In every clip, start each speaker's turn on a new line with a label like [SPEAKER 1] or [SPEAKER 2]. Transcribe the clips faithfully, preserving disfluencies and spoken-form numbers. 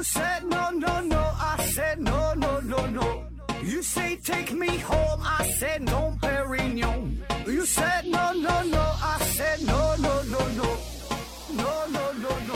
[SPEAKER 1] said no, no, no, I said no, no, no, no. You say take me home, I said no, Perignon. You said no, no, no, I said no, no, no, no. No, no, no, no.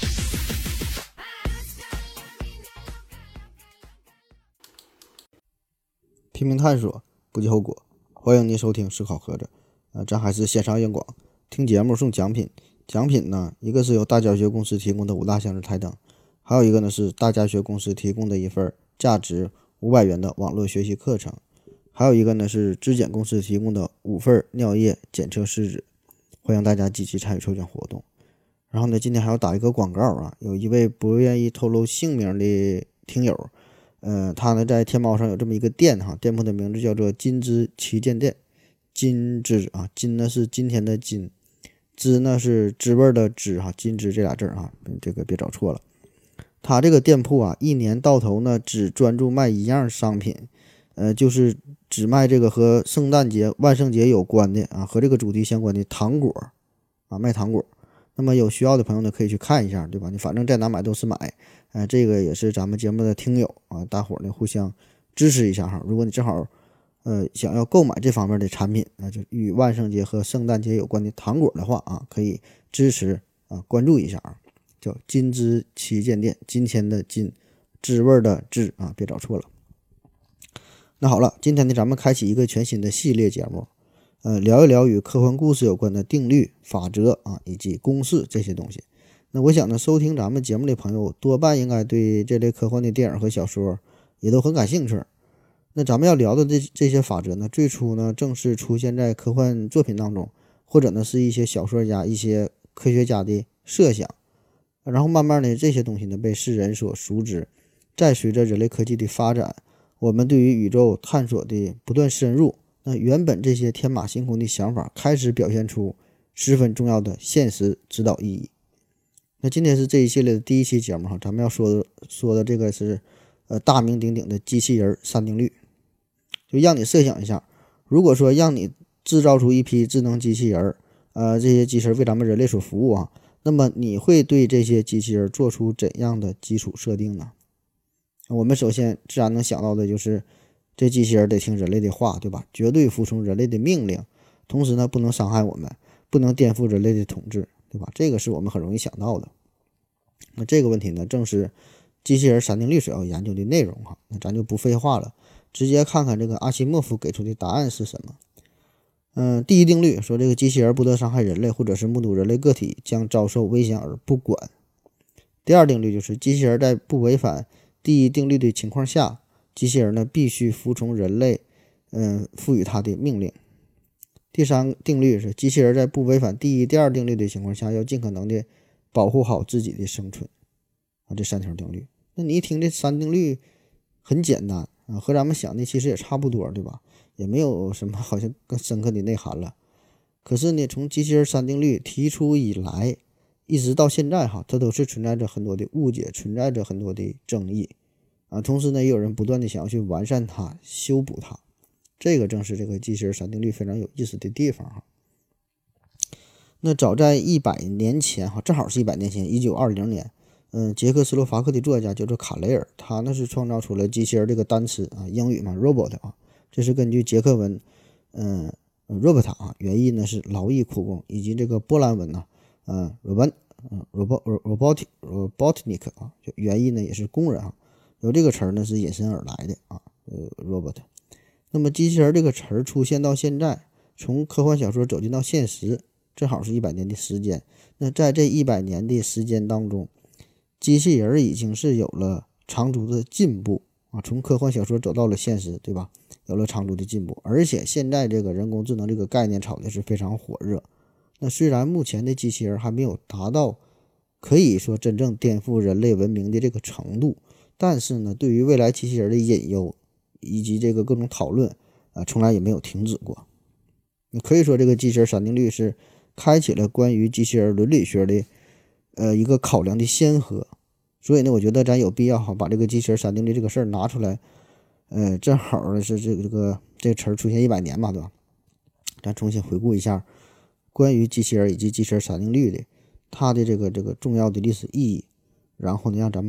[SPEAKER 2] 拼命探索，不计后果。欢迎您收听思考盒子。呃，咱还是线上硬广，听节目送奖品。奖品呢，一个是由大家学公司提供的五大箱子台灯，还有一个呢是大家学公司提供的一份价值五百元的网络学习课程，还有一个呢是质检公司提供的五份尿液检测试纸。欢迎大家积极参与抽奖活动。然后呢，今天还要打一个广告啊，有一位不愿意透露姓名的听友，呃，他呢在天猫上有这么一个店哈，店铺的名字叫做金枝旗舰店。金枝啊，金呢是今天的金，枝呢是滋味的滋哈，金枝这俩字啊，这个别找错了。他这个店铺啊，一年到头呢只专注卖一样商品，呃，就是只卖这个和圣诞节、万圣节有关的啊，和这个主题相关的糖果啊，卖糖果。那么有需要的朋友呢，可以去看一下，对吧？你反正在哪买都是买，哎、呃，这个也是咱们节目的听友啊，大伙儿呢互相支持一下哈。如果你正好呃想要购买这方面的产品，那就与万圣节和圣诞节有关的糖果的话啊，可以支持啊，关注一下啊，叫金枝旗舰店，金钱的金，滋味的滋啊，别找错了。那好了，今天呢，咱们开启一个全新的系列节目。呃，聊一聊与科幻故事有关的定律、法则啊，以及公式这些东西。那我想呢，收听咱们节目的朋友多半应该对这类科幻的电影和小说也都很感兴趣。那咱们要聊的这这些法则呢，最初呢正是出现在科幻作品当中，或者呢是一些小说家、一些科学家的设想，然后慢慢的这些东西呢被世人所熟知。再随着人类科技的发展，我们对于宇宙探索的不断深入，那原本这些天马行空的想法开始表现出十分重要的现实指导意义。那今天是这一系列的第一期节目哈，咱们要说的说的这个是呃大名鼎鼎的机器人三定律。就让你设想一下，如果说让你制造出一批智能机器人，呃，这些机器人为咱们人类所服务啊，那么你会对这些机器人做出怎样的基础设定呢？我们首先自然能想到的就是这机器人得听人类的话，对吧？绝对服从人类的命令，同时呢不能伤害我们，不能颠覆人类的统治，对吧？这个是我们很容易想到的。那这个问题呢，正是机器人三定律所要研究的内容哈。那咱就不废话了，直接看看这个阿西莫夫给出的答案是什么。嗯，第一定律说这个机器人不得伤害人类，或者是目睹人类个体将遭受危险而不管。第二定律就是机器人在不违反第一定律的情况下，机器人呢必须服从人类嗯赋予它的命令。第三定律是机器人在不违反第一、第二定律的情况下，要尽可能的保护好自己的生存啊，这三条定律。那你一听这三定律很简单啊，和咱们想的其实也差不多，对吧？也没有什么好像更深刻的内涵了。可是呢，从机器人三定律提出以来，一直到现在哈，它都是存在着很多的误解，存在着很多的争议啊。同时呢，也有人不断的想要去完善它、修补它。这个正是这个机器人三定律非常有意思的地方哈。那早在一百年前哈，正好是一百年前，一九二零年。嗯，捷克斯洛伐克的作家叫做卡雷尔，他呢是创造出了机器人这个单词啊，英语嘛 robot 啊，这是根据捷克文，嗯 robot 啊，原意呢是劳役苦工，以及这个波兰文呢，嗯 robot 嗯 robot robotic robotnik 啊，就原意呢也是工人啊，由这个词儿呢是引申而来的啊，呃 robot。那么机器人这个词儿出现到现在，从科幻小说走进到现实，正好是一百年的时间。那在这一百年的时间当中，机器人已经是有了长足的进步啊，从科幻小说走到了现实，对吧？有了长足的进步，而且现在这个人工智能这个概念炒的是非常火热。那虽然目前的机器人还没有达到可以说真正颠覆人类文明的这个程度，但是呢，对于未来机器人的隐忧以及这个各种讨论啊，从来也没有停止过。你可以说这个机器人三定律是开启了关于机器人伦理学的呃一个考量的先河。所以呢，我觉得咱有必要哈把这个机器人三定律这个事儿拿出来，呃，正好是这个这个这个词儿出现一百年嘛，对吧？咱重新回顾一下关于机器人以及机器人三定律的它的这个这个重要的历史意义，然后呢，让咱们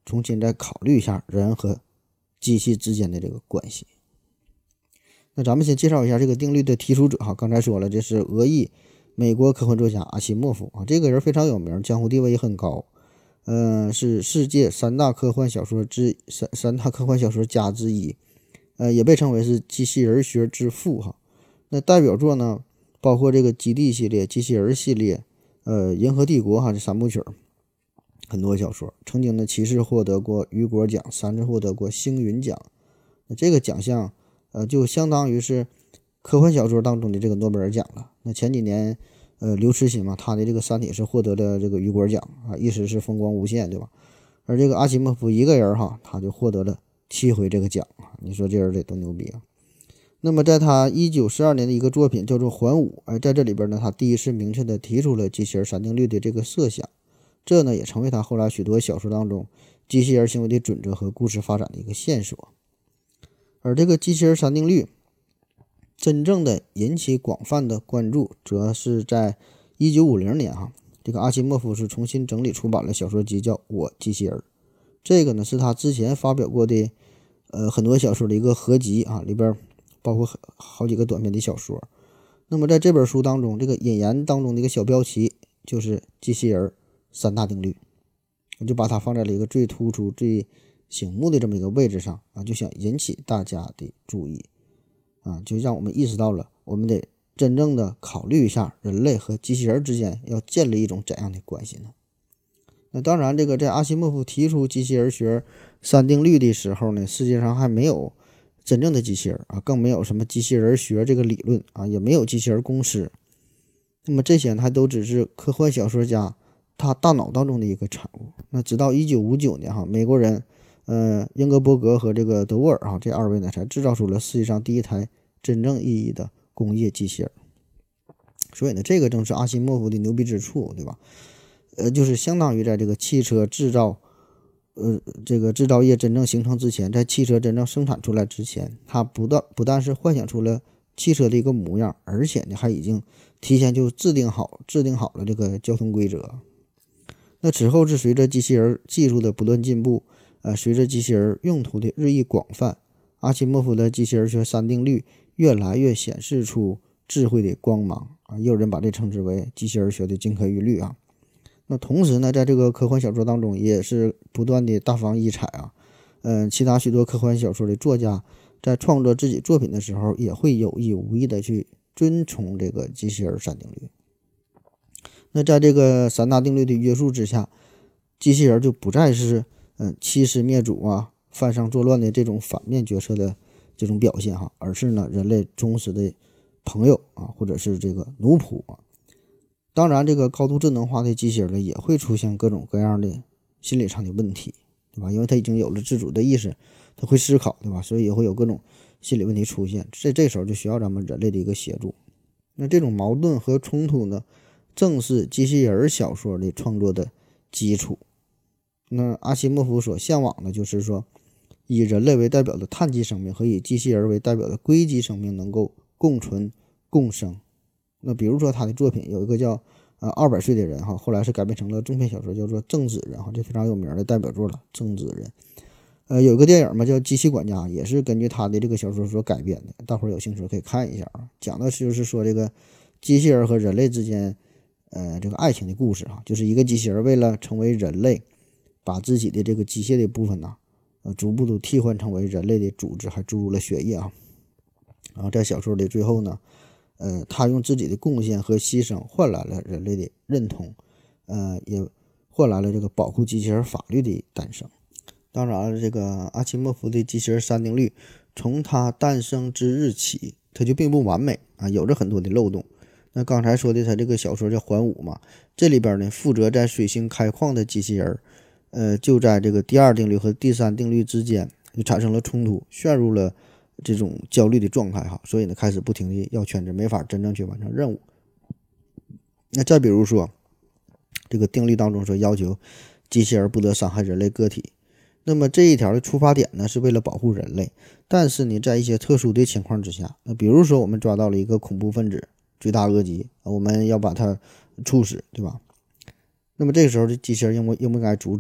[SPEAKER 2] 重新再考虑一下人和机器之间的这个关系。那咱们先介绍一下这个定律的提出者哈，刚才说了，这是俄裔美国科幻作家阿西莫夫啊，这个人非常有名，江湖地位也很高，呃，是世界三大科幻小说之三三大科幻小说家之一，呃，也被称为是机器人学之父哈。那代表作呢，包括这个基地系列、机器人系列、呃，银河帝国哈这三部曲，很多小说，曾经呢七次获得过雨果奖，三次获得过星云奖。那这个奖项，呃，就相当于是科幻小说当中的这个诺贝尔奖了。那前几年，呃，刘慈欣嘛，他的这个《三体》是获得了这个雨果奖啊，意思是风光无限，对吧？而这个阿西莫夫一个人哈，他就获得了七回这个奖啊，你说这人得多牛逼啊！那么在他一九四二年的一个作品叫做《环五》，而在这里边呢，他第一次明确的提出了机器人三定律的这个设想，这呢也成为他后来许多小说当中机器人行为的准则和故事发展的一个线索。而这个机器人三定律真正的引起广泛的关注，则是在一九五零年哈，这个阿西莫夫是重新整理出版了小说集叫《我机器人》，这个呢是他之前发表过的呃很多小说的一个合集啊，里边包括好几个短篇的小说。那么在这本书当中，这个引言当中的一个小标题就是机器人三大定律，我就把它放在了一个最突出最醒目的这么一个位置上啊，就想引起大家的注意啊，就让我们意识到了我们得真正的考虑一下人类和机器人之间要建立一种怎样的关系呢？那当然，这个在阿西莫夫提出机器人学三定律的时候呢，世界上还没有真正的机器人啊，更没有什么机器人学这个理论啊，也没有机器人公司。那么这些还都只是科幻小说家他大脑当中的一个产物。那直到一九五九年哈，美国人呃英格伯格和这个德沃尔啊这二位呢才制造出了世界上第一台真正意义的工业机器人。所以呢，这个正是阿西莫夫的牛逼之处，对吧？呃，就是相当于在这个汽车制造，呃，这个制造业真正形成之前，在汽车真正生产出来之前，他不但不但是幻想出了汽车的一个模样，而且呢，还已经提前就制定好制定好了这个交通规则。那此后是随着机器人技术的不断进步，呃，随着机器人用途的日益广泛，阿西莫夫的机器人学三定律越来越显示出智慧的光芒啊，也有人把这称之为机器人学的金科玉律啊。那同时呢，在这个科幻小说当中也是不断的大放异彩啊。嗯、呃，其他许多科幻小说的作家在创作自己作品的时候，也会有意无意的去遵从这个机器人三定律。那在这个三大定律的约束之下，机器人就不再是嗯欺师灭祖啊、犯上作乱的这种反面角色的这种表现哈，而是呢人类忠实的朋友啊，或者是这个奴仆啊。当然，这个高度智能化的机器人呢，也会出现各种各样的心理上的问题，对吧？因为它已经有了自主的意识，它会思考，对吧？所以也会有各种心理问题出现。这这时候就需要咱们人类的一个协助。那这种矛盾和冲突呢，正是机器人小说的创作的基础。那阿西莫夫所向往的就是说，以人类为代表的碳基生命和以机器人为代表的硅基生命能够共存共生。那比如说他的作品有一个叫呃二百岁的人哈，后来是改编成了中篇小说，叫做郑子人哈，这非常有名的代表作了，郑子人。呃，有个电影嘛叫《机器管家》，也是根据他的这个小说所改编的，大伙儿有兴趣可以看一下啊。讲的就是说这个机器人和人类之间呃这个爱情的故事哈，就是一个机器人为了成为人类，把自己的这个机械的部分呢，呃逐步都替换成为人类的组织，还注入了血液啊。然后在小说的最后呢，呃，他用自己的贡献和牺牲换来了人类的认同，呃，也换来了这个保护机器人法律的诞生。当然了，这个阿西莫夫的机器人三定律，从它诞生之日起，它就并不完美啊，有着很多的漏洞。那刚才说的，他这个小说叫《环五》嘛，这里边呢，负责在水星开矿的机器人，呃，就在这个第二定律和第三定律之间就产生了冲突，陷入了这种焦虑的状态哈，所以呢，开始不停地要圈子，没法真正去完成任务。那再比如说，这个定律当中说要求机器人不得伤害人类个体，那么这一条的出发点呢，是为了保护人类，但是呢，在一些特殊的情况之下，那比如说我们抓到了一个恐怖分子、罪大恶极，我们要把他处死，对吧？那么这个时候，这机器人应不应不该阻止呢？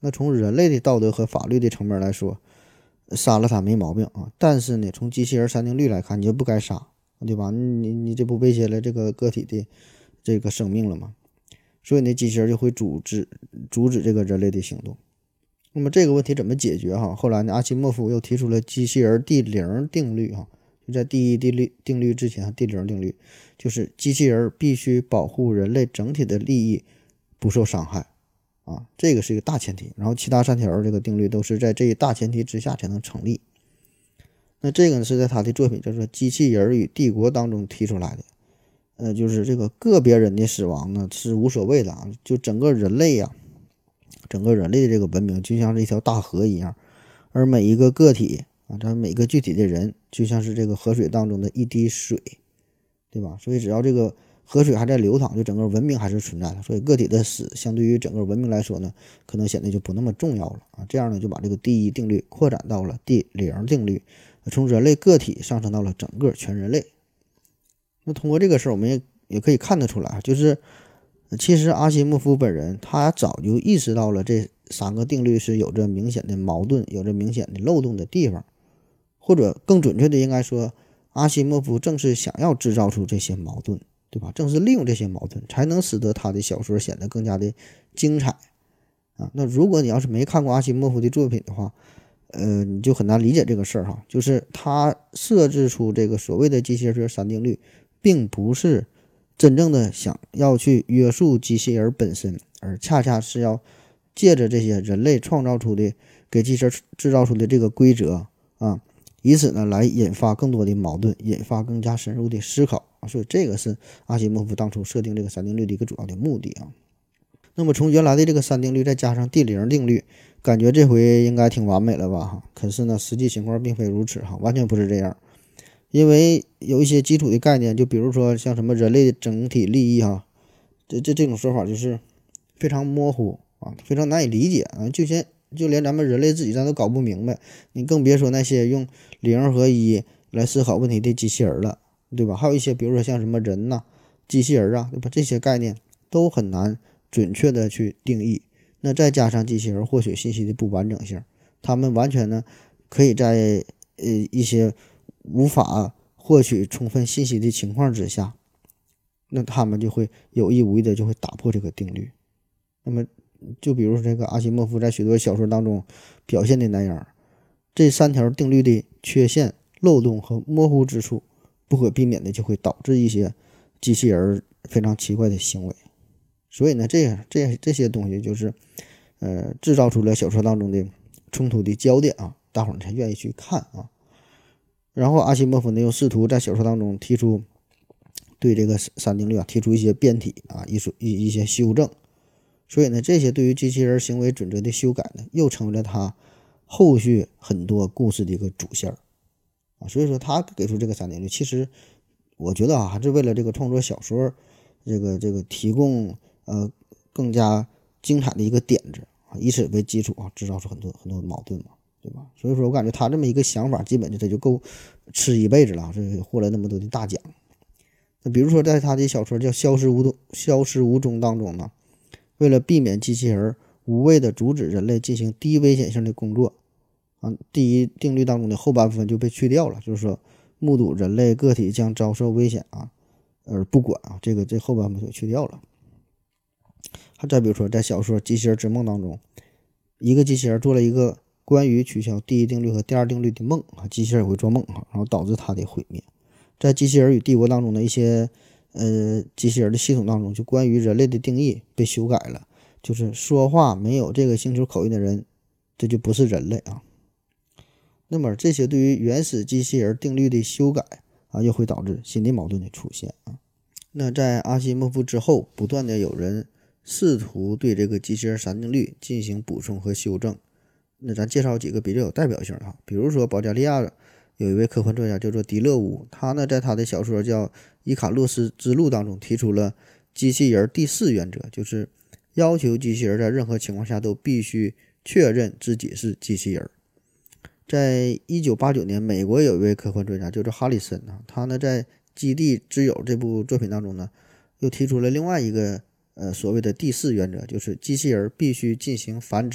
[SPEAKER 2] 那从人类的道德和法律的层面来说，杀了他没毛病啊。但是呢，从机器人三定律来看，你就不该杀，对吧？你你这不威胁了这个个体的这个生命了吗？所以呢，机器人就会阻止阻止这个人类的行动。那么这个问题怎么解决哈？后来呢，阿西莫夫又提出了机器人第零定律哈，就在第一定律定律之前，第零定律就是机器人必须保护人类整体的利益不受伤害啊，这个是一个大前提。然后其他三条这个定律都是在这一大前提之下才能成立。那这个呢是在他的作品叫做《机器人与帝国》当中提出来的。呃，就是这个个别人的死亡呢是无所谓的啊，就整个人类呀、啊，整个人类的这个文明就像是一条大河一样，而每一个个体啊，咱每个具体的人就像是这个河水当中的一滴水，对吧？所以只要这个河水还在流淌，就整个文明还是存在的。所以个体的死相对于整个文明来说呢，可能显得就不那么重要了啊。这样呢，就把这个第一定律扩展到了第零定律，从人类个体上升到了整个全人类。那通过这个事儿，我们也也可以看得出来，就是其实阿西莫夫本人他早就意识到了这三个定律是有着明显的矛盾、有着明显的漏洞的地方，或者更准确的应该说，阿西莫夫正是想要制造出这些矛盾，对吧？正是利用这些矛盾，才能使得他的小说显得更加的精彩啊。那如果你要是没看过阿西莫夫的作品的话，呃，你就很难理解这个事儿哈。就是他设置出这个所谓的机器人三定律，并不是真正的想要去约束机器人本身，而恰恰是要借着这些人类创造出的给机器人制造出的这个规则啊，以此呢来引发更多的矛盾，引发更加深入的思考啊。所以这个是阿西莫夫当初设定这个三定律的一个主要的目的啊。那么从原来的这个三定律再加上第零定律，感觉这回应该挺完美了吧哈？可是呢，实际情况并非如此哈，完全不是这样。因为有一些基础的概念，就比如说像什么人类的整体利益哈，这这这种说法就是非常模糊啊，非常难以理解啊，就先就连咱们人类自己咱都搞不明白，你更别说那些用零和一来思考问题的机器人了，对吧？还有一些比如说像什么人呐、机器人啊，对吧？这些概念都很难准确的去定义。那再加上机器人获取信息的不完整性，他们完全呢可以在呃一些无法获取充分信息的情况之下，那他们就会有意无意的就会打破这个定律。那么就比如说这个阿西莫夫在许多小说当中表现的那样，这三条定律的缺陷、漏洞和模糊之处，不可避免的就会导致一些机器人非常奇怪的行为。所以呢，这这这些东西就是呃制造出了小说当中的冲突的焦点啊，大伙儿才愿意去看啊。然后阿西莫夫呢又试图在小说当中提出对这个三定律啊提出一些变体啊，一一一些修正。所以呢，这些对于机器人行为准则的修改呢，又成为了他后续很多故事的一个主线啊。所以说他给出这个三定律，其实我觉得啊，还是为了这个创作小说这个这个提供呃更加精彩的一个点子啊，以此为基础啊，制造出很多很多矛盾嘛。对吧？所以说我感觉他这么一个想法，基本就他就够吃一辈子了，是获了那么多的大奖。那比如说，在他的小说叫《消失无踪》《消失无踪》当中呢，为了避免机器人无谓的阻止人类进行低危险性的工作啊，第一定律当中的后半部分就被去掉了，就是说目睹人类个体将遭受危险啊而不管啊，这个这后半部分就去掉了。还再比如说，在小说《机器人之梦》当中，一个机器人做了一个关于取消第一定律和第二定律的梦啊，机器人也会做梦啊，然后导致它的毁灭。在机器人与帝国当中的一些呃机器人的系统当中，就关于人类的定义被修改了，就是说话没有这个星球口音的人，这就不是人类啊。那么这些对于原始机器人定律的修改啊，又会导致新的矛盾的出现啊。那在阿西莫夫之后，不断的有人试图对这个机器人三定律进行补充和修正。那咱介绍几个比较有代表性的哈，比如说保加利亚有一位科幻作家叫做迪勒乌，他呢在他的小说叫《伊卡洛斯之路》当中提出了机器人第四原则，就是要求机器人在任何情况下都必须确认自己是机器人。在一九八九年，美国有一位科幻作家叫做哈里森啊，他呢在《基地之友》这部作品当中呢，又提出了另外一个呃所谓的第四原则，就是机器人必须进行繁殖，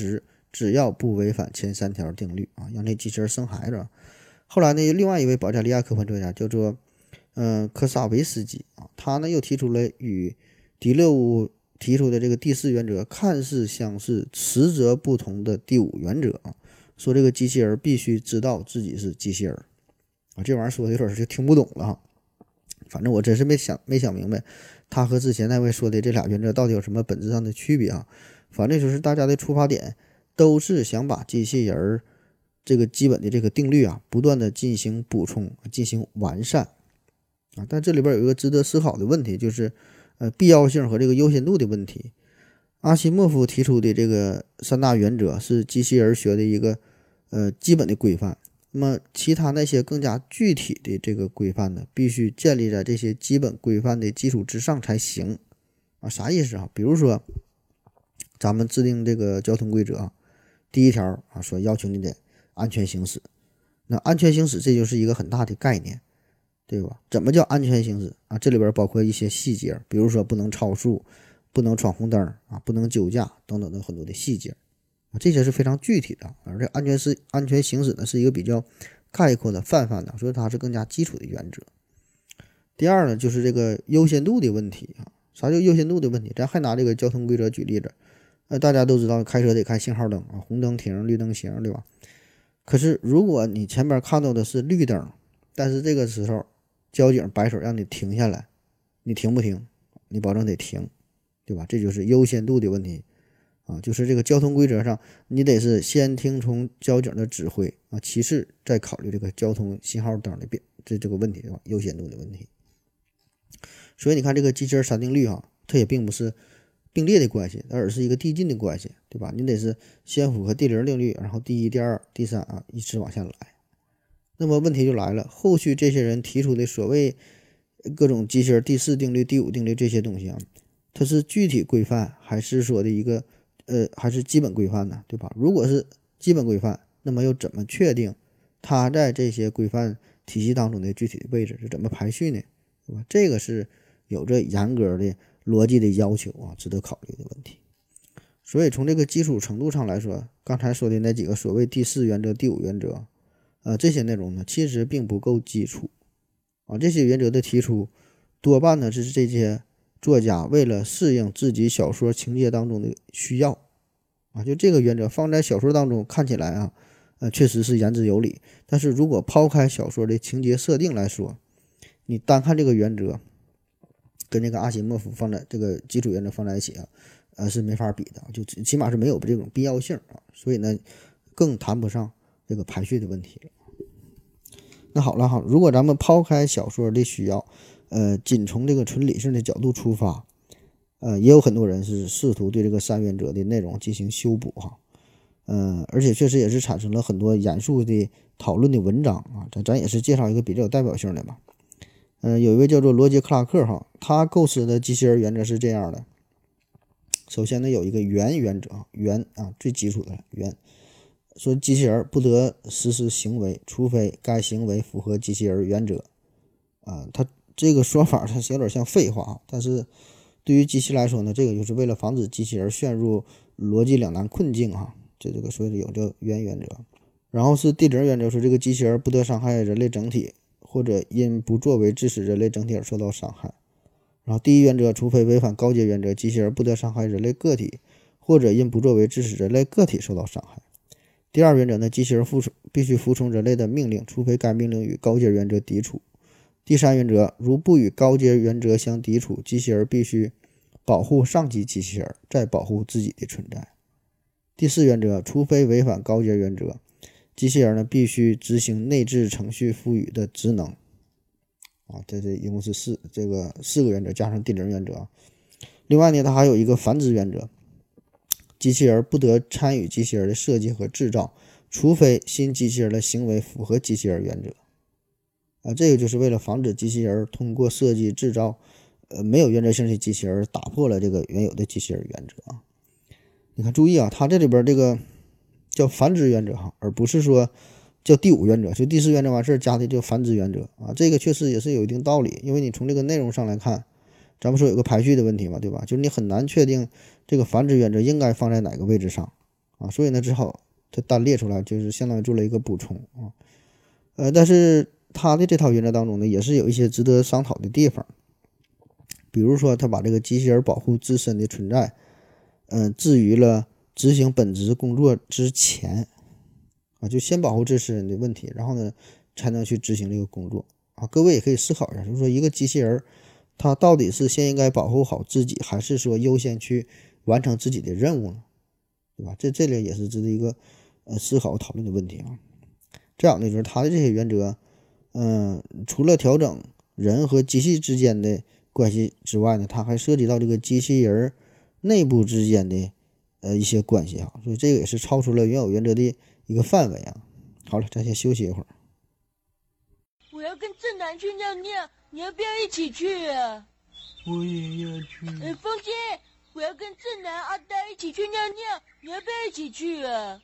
[SPEAKER 2] 只要不违反前三条定律啊，让这机器人生孩子。后来呢，另外一位保加利亚科幻作家叫做呃科萨维斯基啊，他呢又提出了与迪勒乌提出的这个第四原则看似相似，实则不同的第五原则啊，说这个机器人必须知道自己是机器人啊，这玩意儿说的有点就听不懂了哈。反正我真是没想没想明白，他和之前那位说的这俩原则到底有什么本质上的区别啊？反正就是大家的出发点都是想把机器人这个基本的这个定律啊，不断的进行补充、进行完善啊。但这里边有一个值得思考的问题，就是呃必要性和这个优先度的问题。阿西莫夫提出的这个三大原则是机器人学的一个呃基本的规范。那么其他那些更加具体的这个规范呢，必须建立在这些基本规范的基础之上才行啊。啥意思啊？比如说咱们制定这个交通规则啊，第一条啊说要求你得安全行驶，那安全行驶这就是一个很大的概念，对吧？怎么叫安全行驶啊？这里边包括一些细节，比如说不能超速，不能闯红灯啊，不能酒驾等等的很多的细节。这些是非常具体的，而这安全是安全行驶呢是一个比较概括的泛泛的，所以它是更加基础的原则。第二呢，就是这个优先度的问题啊。啥叫优先度的问题？咱还拿这个交通规则举例子，呃，大家都知道开车得看信号灯啊，红灯停，绿灯行，对吧？可是如果你前边看到的是绿灯，但是这个时候交警摆手让你停下来，你停不停？你保证得停，对吧？这就是优先度的问题。啊，就是这个交通规则上，你得是先听从交警的指挥啊，其次再考虑这个交通信号灯的变这这个问题，对吧？优先度的问题。所以你看这个机器人三定律哈，它也并不是并列的关系，而是一个递进的关系，对吧？你得是先符合第零定律，然后第一、第二、第三啊，依次往下来。那么问题就来了，后续这些人提出的所谓各种机器人第四定律、第五定律这些东西啊，它是具体规范还是说的一个？呃，还是基本规范呢，对吧？如果是基本规范，那么又怎么确定它在这些规范体系当中的具体的位置是怎么排序呢？对吧？这个是有着严格的逻辑的要求啊，值得考虑的问题。所以从这个基础程度上来说，刚才说的那几个所谓第四原则、第五原则，呃，这些内容呢，其实并不够基础啊。这些原则的提出，多半呢是这些作家为了适应自己小说情节当中的需要啊，就这个原则放在小说当中看起来啊，呃，确实是言之有理。但是如果抛开小说的情节设定来说，你单看这个原则，跟这个阿西莫夫放在这个基础原则放在一起啊，呃，是没法比的，就起码是没有这种必要性啊。所以呢，更谈不上这个排序的问题了。那好了哈，如果咱们抛开小说的需要，呃，仅从这个纯理性的角度出发，呃，也有很多人是试图对这个三原则的内容进行修补哈，呃，而且确实也是产生了很多严肃的讨论的文章啊，咱咱也是介绍一个比较有代表性的嘛，呃，有一位叫做罗杰克拉克哈，他构思的机器人原则是这样的，首先呢有一个原原则，原啊最基础的原，说机器人不得实施行为，除非该行为符合机器人原则啊，他。这个说法它是有点像废话，但是对于机器来说呢，这个就是为了防止机器人陷入逻辑两难困境啊，这这个所以有这原原则。然后是第零原则，说这个机器人不得伤害人类整体，或者因不作为致使人类整体而受到伤害。然后第一原则，除非违反高阶原则，机器人不得伤害人类个体，或者因不作为致使人类个体受到伤害。第二原则呢，机器人服从必须服从人类的命令，除非该命令与高阶原则抵触。第三原则，如不与高阶原则相抵触，机器人必须保护上级机器人，再保护自己的存在。第四原则，除非违反高阶原则，机器人呢必须执行内置程序赋予的职能。啊，这这一共是四这个四个原则加上第零原则。另外呢，它还有一个繁殖原则，机器人不得参与机器人的设计和制造，除非新机器人的行为符合机器人原则。啊，这个就是为了防止机器人通过设计制造，呃，没有原则性的机器人打破了这个原有的机器人原则啊。你看，注意啊，它这里边这个叫繁殖原则哈，而不是说叫第五原则，就第四原则完事儿加的叫繁殖原则啊。这个确实也是有一定道理，因为你从这个内容上来看，咱们说有个排序的问题嘛，对吧？就是你很难确定这个繁殖原则应该放在哪个位置上啊，所以呢，只好他单列出来，就是相当于做了一个补充啊。呃，但是他的这套原则当中呢，也是有一些值得商讨的地方，比如说他把这个机器人保护自身的存在，嗯、呃，置于了执行本职工作之前啊，就先保护自身的问题，然后呢，才能去执行这个工作啊。各位也可以思考一下，就是说一个机器人，它到底是先应该保护好自己，还是说优先去完成自己的任务呢？对吧？这这里也是值得一个呃思考讨论的问题啊。这样的就是它的这些原则，嗯、呃，除了调整人和机器之间的关系之外呢，它还涉及到这个机器人内部之间的呃一些关系啊，所以这个也是超出了原有原则的一个范围啊。好了，咱先休息一会儿。
[SPEAKER 3] 我要跟正南去尿尿，你要不要一起去啊？
[SPEAKER 4] 我也要去。
[SPEAKER 3] 呃，风心，我要跟正南、阿呆一起去尿尿，你要不要一起去啊？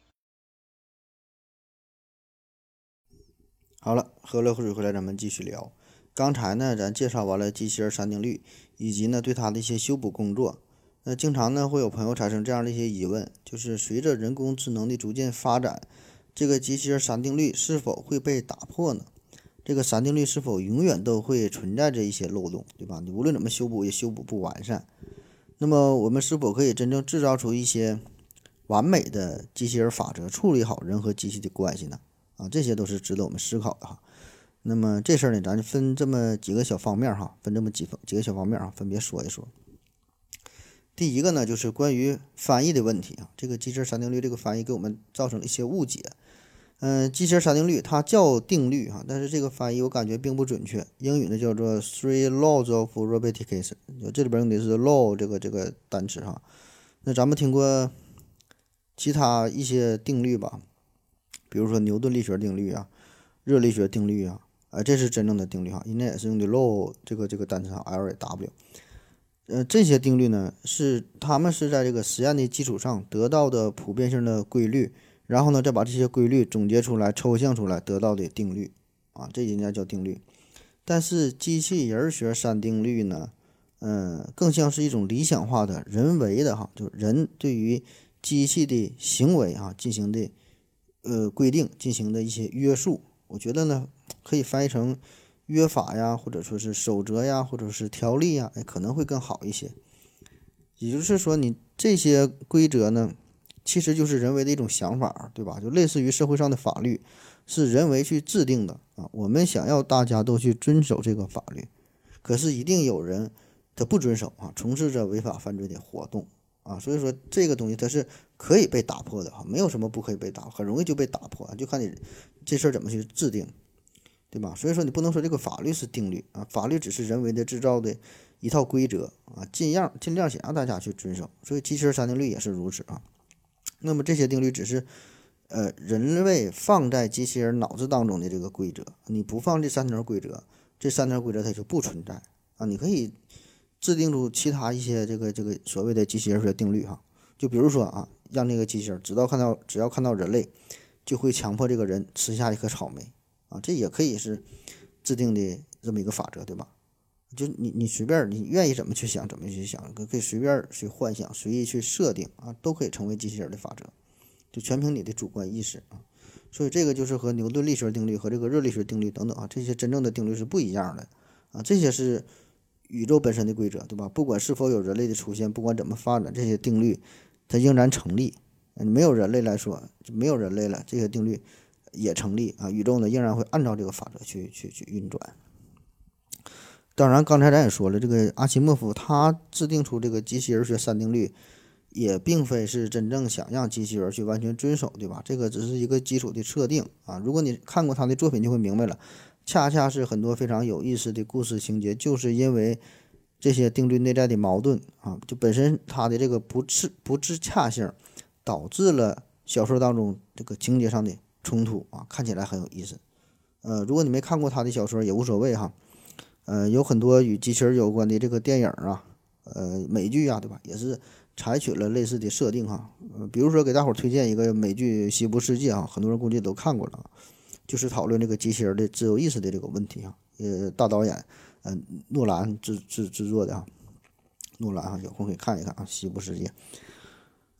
[SPEAKER 2] 好了，喝了口水回来，咱们继续聊。刚才呢，咱介绍完了机器人三定律，以及呢对它的一些修补工作。那经常呢会有朋友产生这样的一些疑问，就是随着人工智能的逐渐发展，这个机器人三定律是否会被打破呢？这个三定律是否永远都会存在着一些漏洞，对吧？你无论怎么修补也修补不完善。那么我们是否可以真正制造出一些完美的机器人法则，处理好人和机器的关系呢？啊，这些都是值得我们思考的哈。那么这事儿呢，咱就分这么几个小方面哈，分这么几几个小方面啊，分别说一说。第一个呢，就是关于翻译的问题啊。这个机器人三定律这个翻译给我们造成了一些误解。嗯、呃，机器人三定律它叫定律哈，但是这个翻译我感觉并不准确。英语呢叫做 Three Laws of Robotics， 这里边用的是 law 这个这个单词哈。那咱们听过其他一些定律吧？比如说牛顿力学定律啊，热力学定律啊，啊、呃，这是真正的定律哈，人家也是用的 law 这个这个单词哈 ，L A W。呃，这些定律呢，是他们是在这个实验的基础上得到的普遍性的规律，然后呢，再把这些规律总结出来、抽象出来得到的定律啊，这应该叫定律。但是机器人学三定律呢，嗯、呃，更像是一种理想化的人为的哈，就是人对于机器的行为啊进行的。呃，规定进行的一些约束，我觉得呢，可以翻译成约法呀，或者说是守则呀，或者是条例呀，哎，可能会更好一些。也就是说，你这些规则呢，其实就是人为的一种想法，对吧？就类似于社会上的法律，是人为去制定的啊。我们想要大家都去遵守这个法律，可是一定有人他不遵守啊，从事着违法犯罪的活动。啊，所以说这个东西它是可以被打破的哈，没有什么不可以被打，很容易就被打破，就看你这事儿怎么去制定，对吧？所以说你不能说这个法律是定律啊，法律只是人为的制造的一套规则啊，尽量尽量想让大家去遵守，所以机器人三定律也是如此啊。那么这些定律只是呃人为放在机器人脑子当中的这个规则，你不放这三条规则，这三条规则它就不存在啊，你可以。制定出其他一些这个这个所谓的机器人学定律哈，就比如说啊，让这个机器人只要看到只要看到人类，就会强迫这个人吃下一颗草莓啊，这也可以是制定的这么一个法则，对吧？就你你随便你愿意怎么去想怎么去想，可可以随便去幻想，随意去设定啊，都可以成为机器人的法则，就全凭你的主观意识啊。所以这个就是和牛顿力学定律和这个热力学定律等等啊，这些真正的定律是不一样的啊，这些是。宇宙本身的规则，对吧？不管是否有人类的出现，不管怎么发展，这些定律它仍然成立。没有人类来说，就没有人类了，这些定律也成立啊。宇宙呢，仍然会按照这个法则去去去运转。当然，刚才咱也说了，这个阿西莫夫他制定出这个机器人学三定律，也并非是真正想让机器人去完全遵守，对吧？这个只是一个基础的设定啊。如果你看过他的作品，就会明白了。恰恰是很多非常有意思的故事情节，就是因为这些定律内在的矛盾啊，就本身它的这个不自不自洽性，导致了小说当中这个情节上的冲突啊，看起来很有意思。呃，如果你没看过他的小说也无所谓哈。呃，有很多与机器人有关的这个电影啊，呃，美剧啊，对吧？也是采取了类似的设定哈。呃，比如说给大伙儿推荐一个美剧《西部世界》啊，很多人估计都看过了。就是讨论这个机器人的自由意识的这个问题啊，呃，大导演，嗯、呃，诺兰制制制作的啊，诺兰啊，有空可以看一看啊，《西部世界》。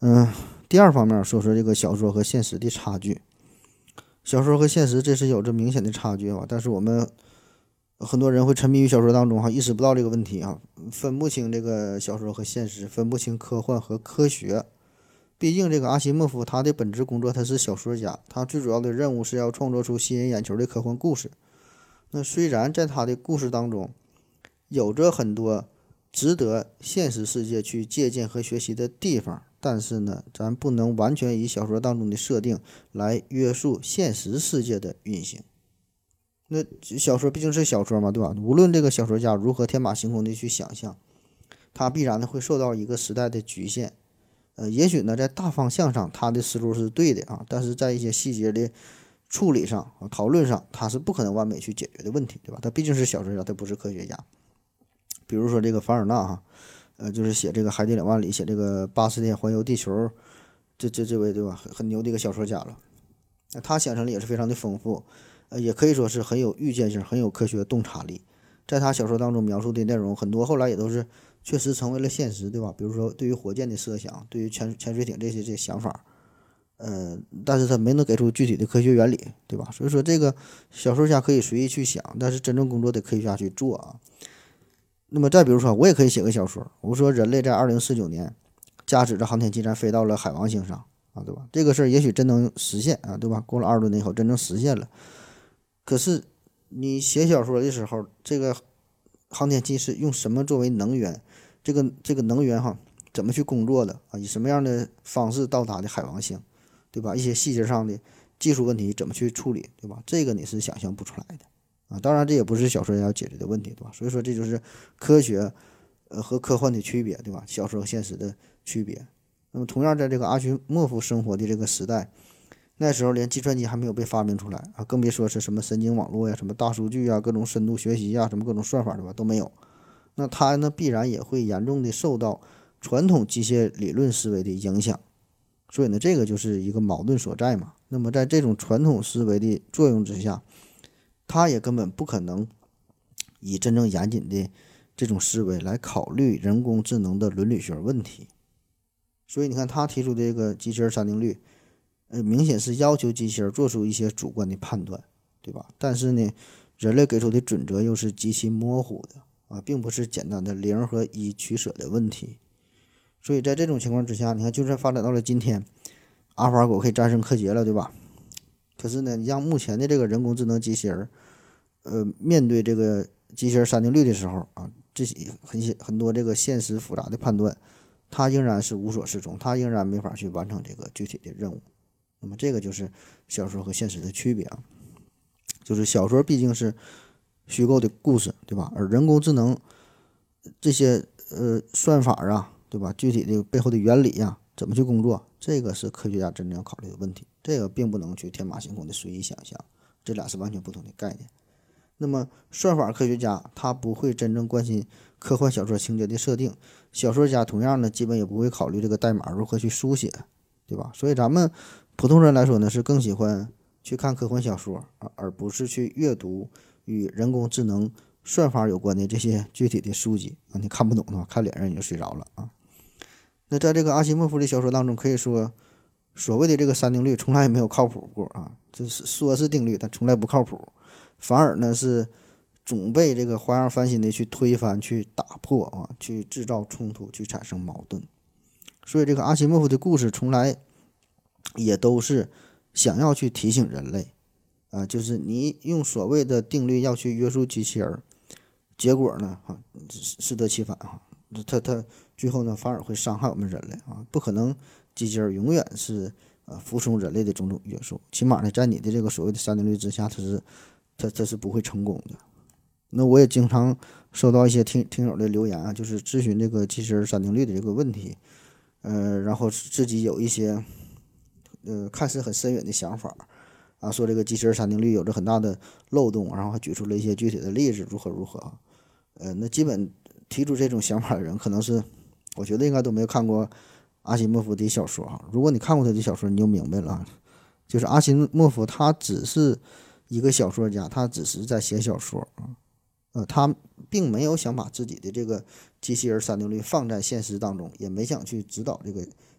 [SPEAKER 2] 嗯，第二方面说说这个小说和现实的差距。小说和现实这是有着明显的差距啊，但是我们很多人会沉迷于小说当中哈，意识不到这个问题啊，分不清这个小说和现实，分不清科幻和科学。毕竟这个阿西莫夫他的本职工作他是小说家，他最主要的任务是要创作出吸引眼球的科幻故事。那虽然在他的故事当中有着很多值得现实世界去借鉴和学习的地方，但是呢，咱不能完全以小说当中的设定来约束现实世界的运行。那小说毕竟是小说嘛，对吧？无论这个小说家如何天马行空的去想象，他必然的会受到一个时代的局限。呃，也许呢，在大方向上他的思路是对的啊，但是在一些细节的处理上、啊、讨论上，他是不可能完美去解决的问题，对吧？他毕竟是小说家，他不是科学家。比如说这个凡尔纳哈，呃，就是写这个《海底两万里》，写这个八十天环游地球，这这这位对吧，很很牛的一个小说家了。那他想象力也是非常的丰富，呃，也可以说是很有预见性，很有科学洞察力。在他小说当中描述的内容，很多后来也都是确实成为了现实，对吧？比如说对于火箭的设想，对于潜潜水艇这些这些想法，呃，但是他没能给出具体的科学原理，对吧？所以说这个小说家可以随意去想，但是真正工作得科学家去做啊。那么再比如说，我也可以写个小说，我说人类在二零四九年驾驶着航天器站飞到了海王星上啊，对吧？这个事儿也许真能实现啊，对吧？过了二十多年以后真正实现了。可是你写小说的时候，这个航天器是用什么作为能源？这个这个能源哈怎么去工作的啊？以什么样的方式到达的海王星，对吧？一些细节上的技术问题怎么去处理，对吧？这个你是想象不出来的啊。当然这也不是小说要解决的问题，对吧？所以说这就是科学呃和科幻的区别，对吧？小说和现实的区别。那么同样在这个阿西莫夫生活的这个时代，那时候连计算机还没有被发明出来啊，更别说是什么神经网络呀、什么大数据啊、各种深度学习呀、什么各种算法，对吧？都没有。那他呢，必然也会严重的受到传统机械理论思维的影响。所以呢，这个就是一个矛盾所在嘛。那么在这种传统思维的作用之下，他也根本不可能以真正严谨的这种思维来考虑人工智能的伦理学问题。所以你看他提出的这个机器人三定律，呃，明显是要求机器人做出一些主观的判断，对吧？但是呢，人类给出的准则又是极其模糊的啊，并不是简单的零和一取舍的问题。所以在这种情况之下，你看，就算发展到了今天，阿尔法狗可以战胜柯洁了，对吧？可是呢，你让目前的这个人工智能机器人，呃，面对这个机器人三定律的时候啊，这些很很多这个现实复杂的判断，它仍然是无所适从，它仍然没法去完成这个具体的任务。那么这个就是小说和现实的区别啊，就是小说毕竟是虚构的故事，对吧？而人工智能这些呃算法啊，对吧？具体的背后的原理呀、啊，怎么去工作，这个是科学家真正要考虑的问题。这个并不能去天马行空的随意想象，这俩是完全不同的概念。那么算法科学家他不会真正关心科幻小说情节的设定，小说家同样呢，基本也不会考虑这个代码如何去书写，对吧？所以咱们普通人来说呢，是更喜欢去看科幻小说啊，而不是去阅读与人工智能算法有关的这些具体的书籍啊。你看不懂的话，看脸上你就睡着了啊。那在这个阿西莫夫的小说当中，可以说所谓的这个三定律从来也没有靠谱过啊，就是说是定律，但从来不靠谱，反而呢是总被这个花样翻新的去推翻、去打破啊，去制造冲突、去产生矛盾。所以这个阿西莫夫的故事从来也都是想要去提醒人类啊，就是你用所谓的定律要去约束机器人，结果呢啊适得其反啊，它它最后呢反而会伤害我们人类啊，不可能机器人永远是呃服从人类的种种约束，起码呢在你的这个所谓的三定律之下，它是它它是不会成功的。那我也经常收到一些听听友的留言啊，就是咨询这个机器人三定律的这个问题，呃，然后自己有一些呃看似很深远的想法啊，说这个机器人三定律有着很大的漏洞，然后还举出了一些具体的例子，如何如何啊。呃，那基本提出这种想法的人，可能是我觉得应该都没有看过阿西莫夫的小说啊。如果你看过他的小说，你就明白了，就是阿西莫夫他只是一个小说家，他只是在写小说啊。呃，他并没有想把自己的这个机器人三定律放在现实当中，也没想去指导这个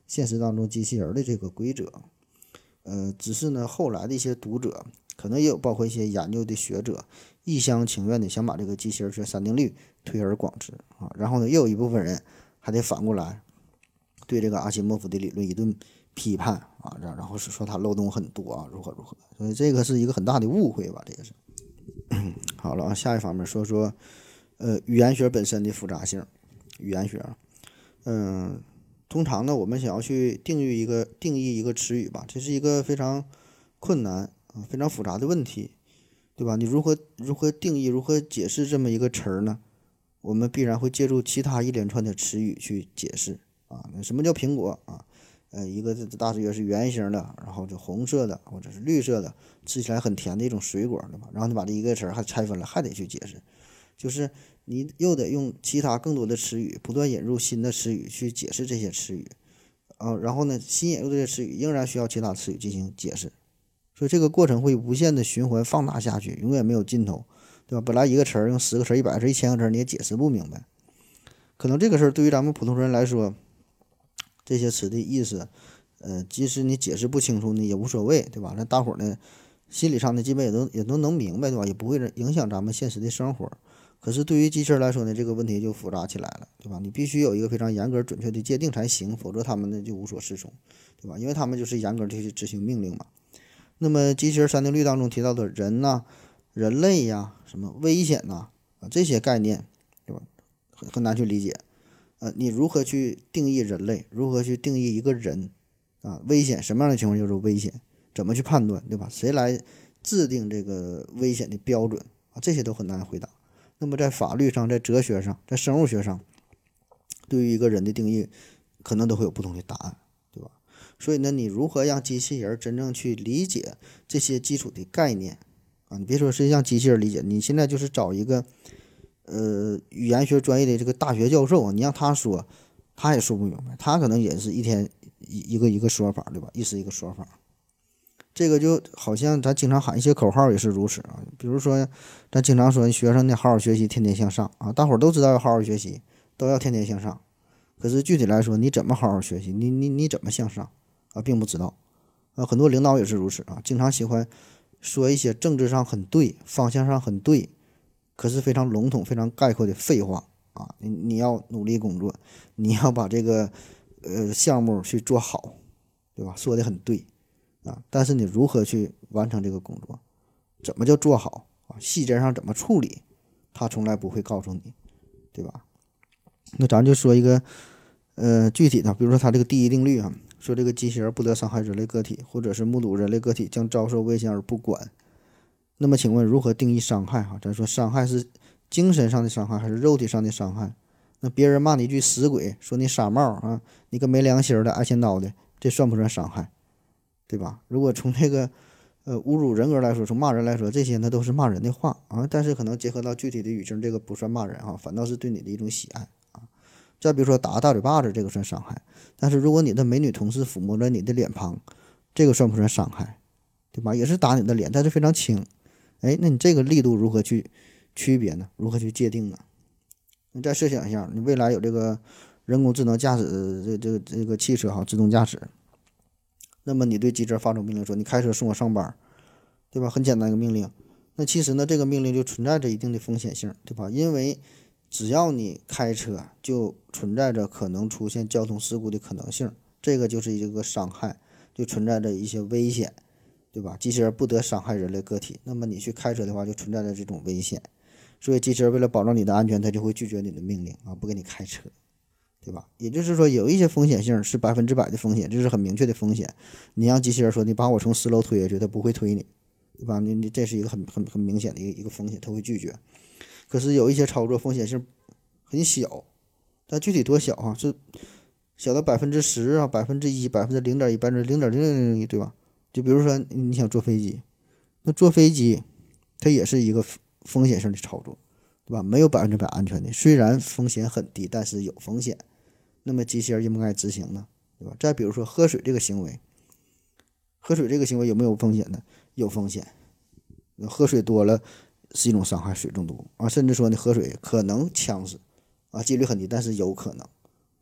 [SPEAKER 2] 现实当中机器人的这个规则。呃，只是呢，后来的一些读者，可能也有包括一些研究的学者，一厢情愿的想把这个机器人学三定律推而广之啊。然后呢，又有一部分人还得反过来对这个阿西莫夫的理论一顿批判啊，然然后是说他漏洞很多啊，如何如何。所以这个是一个很大的误会吧，这个是。好了啊，下一方面说说，呃，语言学本身的复杂性。语言学，嗯。通常呢，我们想要去定义一个定义一个词语吧，这是一个非常困难啊、非常复杂的问题，对吧？你如何如何定义、如何解释这么一个词儿呢？我们必然会借助其他一连串的词语去解释啊。什么叫苹果啊？呃，一个大致是圆形的，然后就红色的或者是绿色的，吃起来很甜的一种水果，对吧？然后你把这一个词儿还拆分了，还得去解释，就是你又得用其他更多的词语，不断引入新的词语去解释这些词语，啊，然后呢，新引入这些词语仍然需要其他词语进行解释，所以这个过程会无限的循环放大下去，永远没有尽头，对吧？本来一个词儿用十个词儿、一百个词儿、一千个词儿你也解释不明白，可能这个事儿对于咱们普通人来说，这些词的意思，呃，即使你解释不清楚呢也无所谓，对吧？那大伙儿呢心理上呢基本也都也都能明白，对吧？也不会影响咱们现实的生活。可是对于机器人来说呢，这个问题就复杂起来了，对吧？你必须有一个非常严格准确的界定才行，否则他们呢就无所适从，对吧？因为他们就是严格的去执行命令嘛。那么机器人三定律当中提到的人呐、啊、人类呀、啊、什么危险呐啊这些概念，对吧？很很难去理解。呃，你如何去定义人类？如何去定义一个人啊？危险什么样的情况就是危险？怎么去判断，对吧？谁来制定这个危险的标准啊？这些都很难回答。那么在法律上，在哲学上，在生物学上，对于一个人的定义，可能都会有不同的答案，对吧？所以呢，你如何让机器人真正去理解这些基础的概念啊？你别说是让机器人理解，你现在就是找一个呃语言学专业的这个大学教授，你让他说，他也说不明白，他可能也是一天一一个一个说法，对吧？一时一个说法。这个就好像咱经常喊一些口号也是如此啊，比如说咱经常说学生呢好好学习，天天向上啊，大伙儿都知道要好好学习，都要天天向上。可是具体来说，你怎么好好学习？你你你怎么向上啊？并不知道啊。很多领导也是如此啊，经常喜欢说一些政治上很对、方向上很对，可是非常笼统、非常概括的废话啊。你你要努力工作，你要把这个呃项目去做好，对吧？说的很对。啊，但是你如何去完成这个工作，怎么叫做好啊？细节上怎么处理，他从来不会告诉你，对吧？那咱就说一个呃具体的，比如说他这个第一定律啊，说这个机器人不得伤害人类个体，或者是目睹人类个体将遭受危险而不管。那么请问如何定义伤害哈？咱说伤害是精神上的伤害还是肉体上的伤害？那别人骂你一句死鬼，说你傻帽啊，你个没良心的爱钱刀的，这算不算伤害？对吧？如果从这个呃侮辱人格来说，从骂人来说，这些呢都是骂人的话啊，但是可能结合到具体的语境，这个不算骂人啊，反倒是对你的一种喜爱啊。再比如说打个大嘴巴子，这个算伤害，但是如果你的美女同事抚摸着你的脸庞，这个算不算伤害？对吧？也是打你的脸，但是非常轻，哎，那你这个力度如何去区别呢？如何去界定呢？你再设想一下，你未来有这个人工智能驾驶这这个这个汽车哈，自动驾驶。那么你对机器人发出命令说你开车送我上班，对吧？很简单一个命令。那其实呢，这个命令就存在着一定的风险性，对吧？因为只要你开车，就存在着可能出现交通事故的可能性，这个就是一个伤害，就存在着一些危险，对吧？机器人不得伤害人类个体，那么你去开车的话，就存在着这种危险。所以机器人为了保证你的安全，它就会拒绝你的命令啊，不给你开车。对吧？也就是说，有一些风险性是百分之百的风险，这是很明确的风险。你让机器人说你把我从十楼推下去，它不会推你，对吧？你你这是一个很很很明显的一个一个风险，它会拒绝。可是有一些操作风险性很小，但具体多小啊？是小到百分之十啊，百分之一，百分之零点一，百分之零点零零零一，对吧？就比如说你想坐飞机，那坐飞机它也是一个风险性的操作，对吧？没有百分之百安全的，虽然风险很低，但是有风险。那么机器人应不应该执行呢？对吧？再比如说喝水这个行为，喝水这个行为有没有风险呢？有风险，喝水多了是一种伤害，水中毒啊，甚至说你喝水可能呛死啊，几率很低，但是有可能。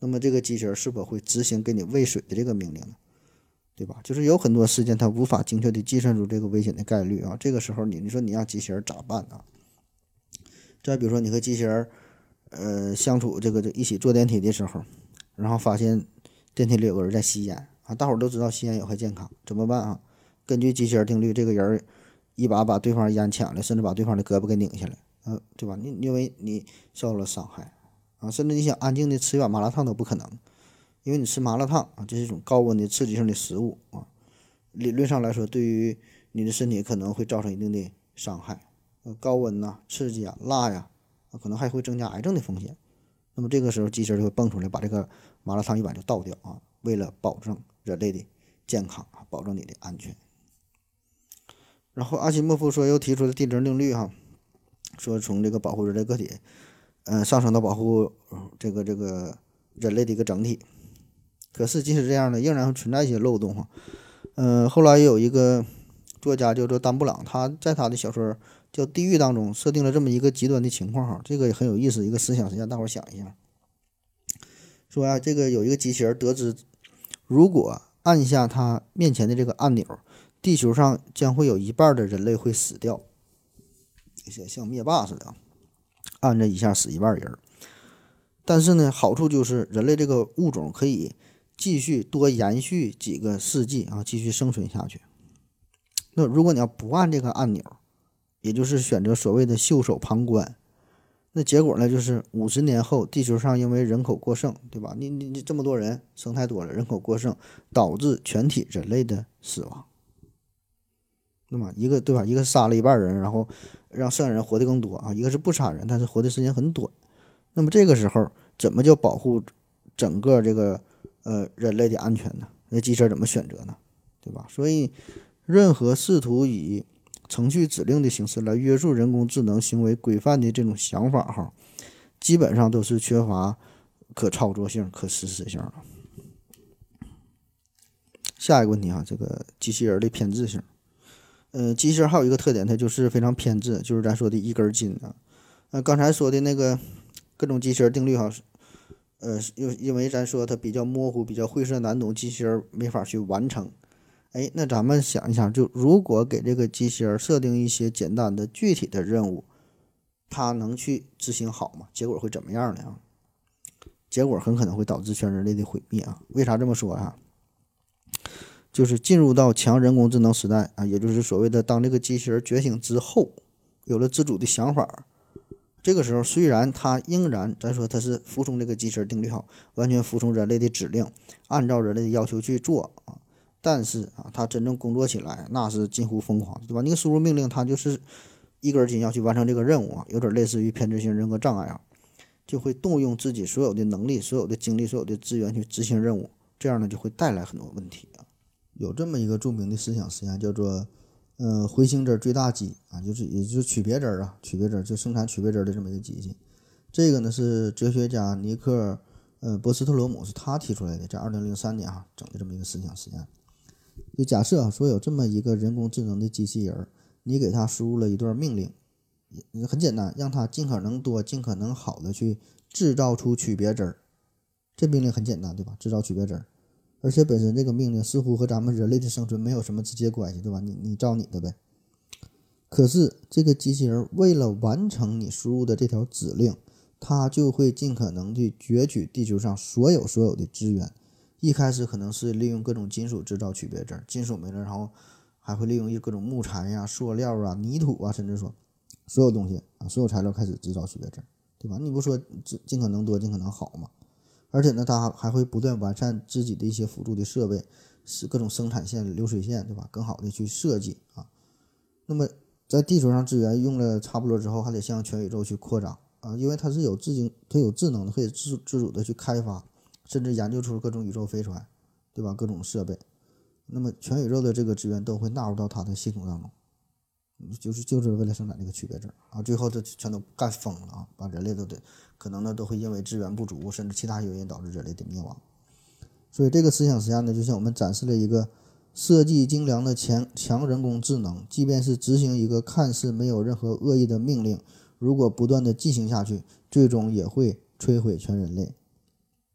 [SPEAKER 2] 那么这个机器人是否会执行给你喂水的这个命令呢？对吧？就是有很多事件它无法精确的计算出这个危险的概率啊。这个时候你你说你让机器人咋办啊？再比如说你和机器人呃相处这个一起坐电梯的时候，然后发现电梯里有个人在吸烟啊，大伙儿都知道吸烟有害健康，怎么办啊？根据机器人定律，这个人一把把对方烟抢了，甚至把对方的胳膊给拧下来，呃，对吧？你因为你受了伤害啊，甚至你想安静的吃一碗麻辣烫都不可能，因为你吃麻辣烫啊，这是一种高温的刺激性的食物啊，理论上来说，对于你的身体可能会造成一定的伤害。呃，高温呐、啊、刺激啊、辣呀、啊，可能还会增加癌症的风险。那么这个时候，机器人就会蹦出来，把这个麻辣烫一碗就倒掉啊，为了保证人类的健康啊，保证你的安全。然后阿西莫夫说又提出了地质定律哈，说从这个保护人类个体，呃，上升到保护、呃、这个这个人类的一个整体。可是即使这样呢，仍然会存在一些漏洞哈。呃，后来有一个作家叫做丹布朗，他在他的小说叫《地狱》当中设定了这么一个极端的情况哈，这个也很有意思，一个思想实验，大伙儿想一下。说啊，这个有一个机器人得知，如果按下他面前的这个按钮，地球上将会有一半的人类会死掉，像灭霸似的，按着一下死一半人。但是呢，好处就是人类这个物种可以继续多延续几个世纪啊，继续生存下去。那如果你要不按这个按钮，也就是选择所谓的袖手旁观，那结果呢，就是五十年后，地球上因为人口过剩，对吧？你你你这么多人，生太多了，人口过剩，导致全体人类的死亡。那么一个对吧？一个杀了一半人，然后让剩下人活得更多啊；一个是不杀人，但是活的时间很短。那么这个时候怎么就保护整个这个呃人类的安全呢？那机器人怎么选择呢？对吧？所以任何试图以程序指令的形式来约束人工智能行为规范的这种想法哈，基本上都是缺乏可操作性、可实施性的。下一个问题哈，这个机器人的偏执性。呃，机器人还有一个特点，它就是非常偏执，就是咱说的一根筋啊。呃，刚才说的那个各种机器人定律哈，呃，因因为咱说它比较模糊、比较晦涩难懂，机器人没法去完成。哎，那咱们想一想，就如果给这个机器人设定一些简单的具体的任务，它能去执行好吗？结果会怎么样呢？结果很可能会导致全人类的毁灭啊！为啥这么说啊？就是进入到强人工智能时代啊，也就是所谓的当这个机器人觉醒之后，有了自主的想法，这个时候虽然它仍然咱说它是服从这个机器人定律好，完全服从人类的指令，按照人类的要求去做啊，但是啊，它真正工作起来那是近乎疯狂，对吧？你个输入命令，它就是一根筋要去完成这个任务啊，有点类似于偏执性人格障碍啊，就会动用自己所有的能力、所有的精力、所有的资源去执行任务，这样呢就会带来很多问题啊。有这么一个著名的思想实验，叫做呃回形针最大机啊，就是也就是曲别针啊，曲别针就生产曲别针的这么一个机器。这个呢是哲学家尼克呃波斯特罗姆是他提出来的，在二零零三年啊整的这么一个思想实验。就假设啊说有这么一个人工智能的机器人，你给它输入了一段命令，很简单，让它尽可能多、尽可能好的去制造出曲别针。这命令很简单，对吧？制造曲别针。而且本身这个命令似乎和咱们人类的生存没有什么直接关系，对吧？你你照你的呗。可是这个机器人为了完成你输入的这条指令，它就会尽可能去攫取地球上所有所有的资源。一开始可能是利用各种金属制造曲别针，金属没了，然后还会利用各种木材呀、塑料啊、泥土啊，甚至说所有东西啊，所有材料开始制造曲别针，对吧？你不说尽可能多、尽可能好吗？而且呢，它还会不断完善自己的一些辅助的设备，是各种生产线、流水线，对吧？更好的去设计啊。那么在地球上资源用了差不多之后，还得向全宇宙去扩张啊，因为它是有自经，它有智能的，可以自自主的去开发，甚至研究出各种宇宙飞船，对吧？各种设备。那么全宇宙的这个资源都会纳入到它的系统当中，就是就是为了生产这个曲别针啊。最后这全都干疯了啊，把人类都得。可能呢都会因为资源不足，甚至其他原因导致人类的灭亡。所以这个思想实验呢，就向我们展示了一个设计精良的强强人工智能，即便是执行一个看似没有任何恶意的命令，如果不断的进行下去，最终也会摧毁全人类。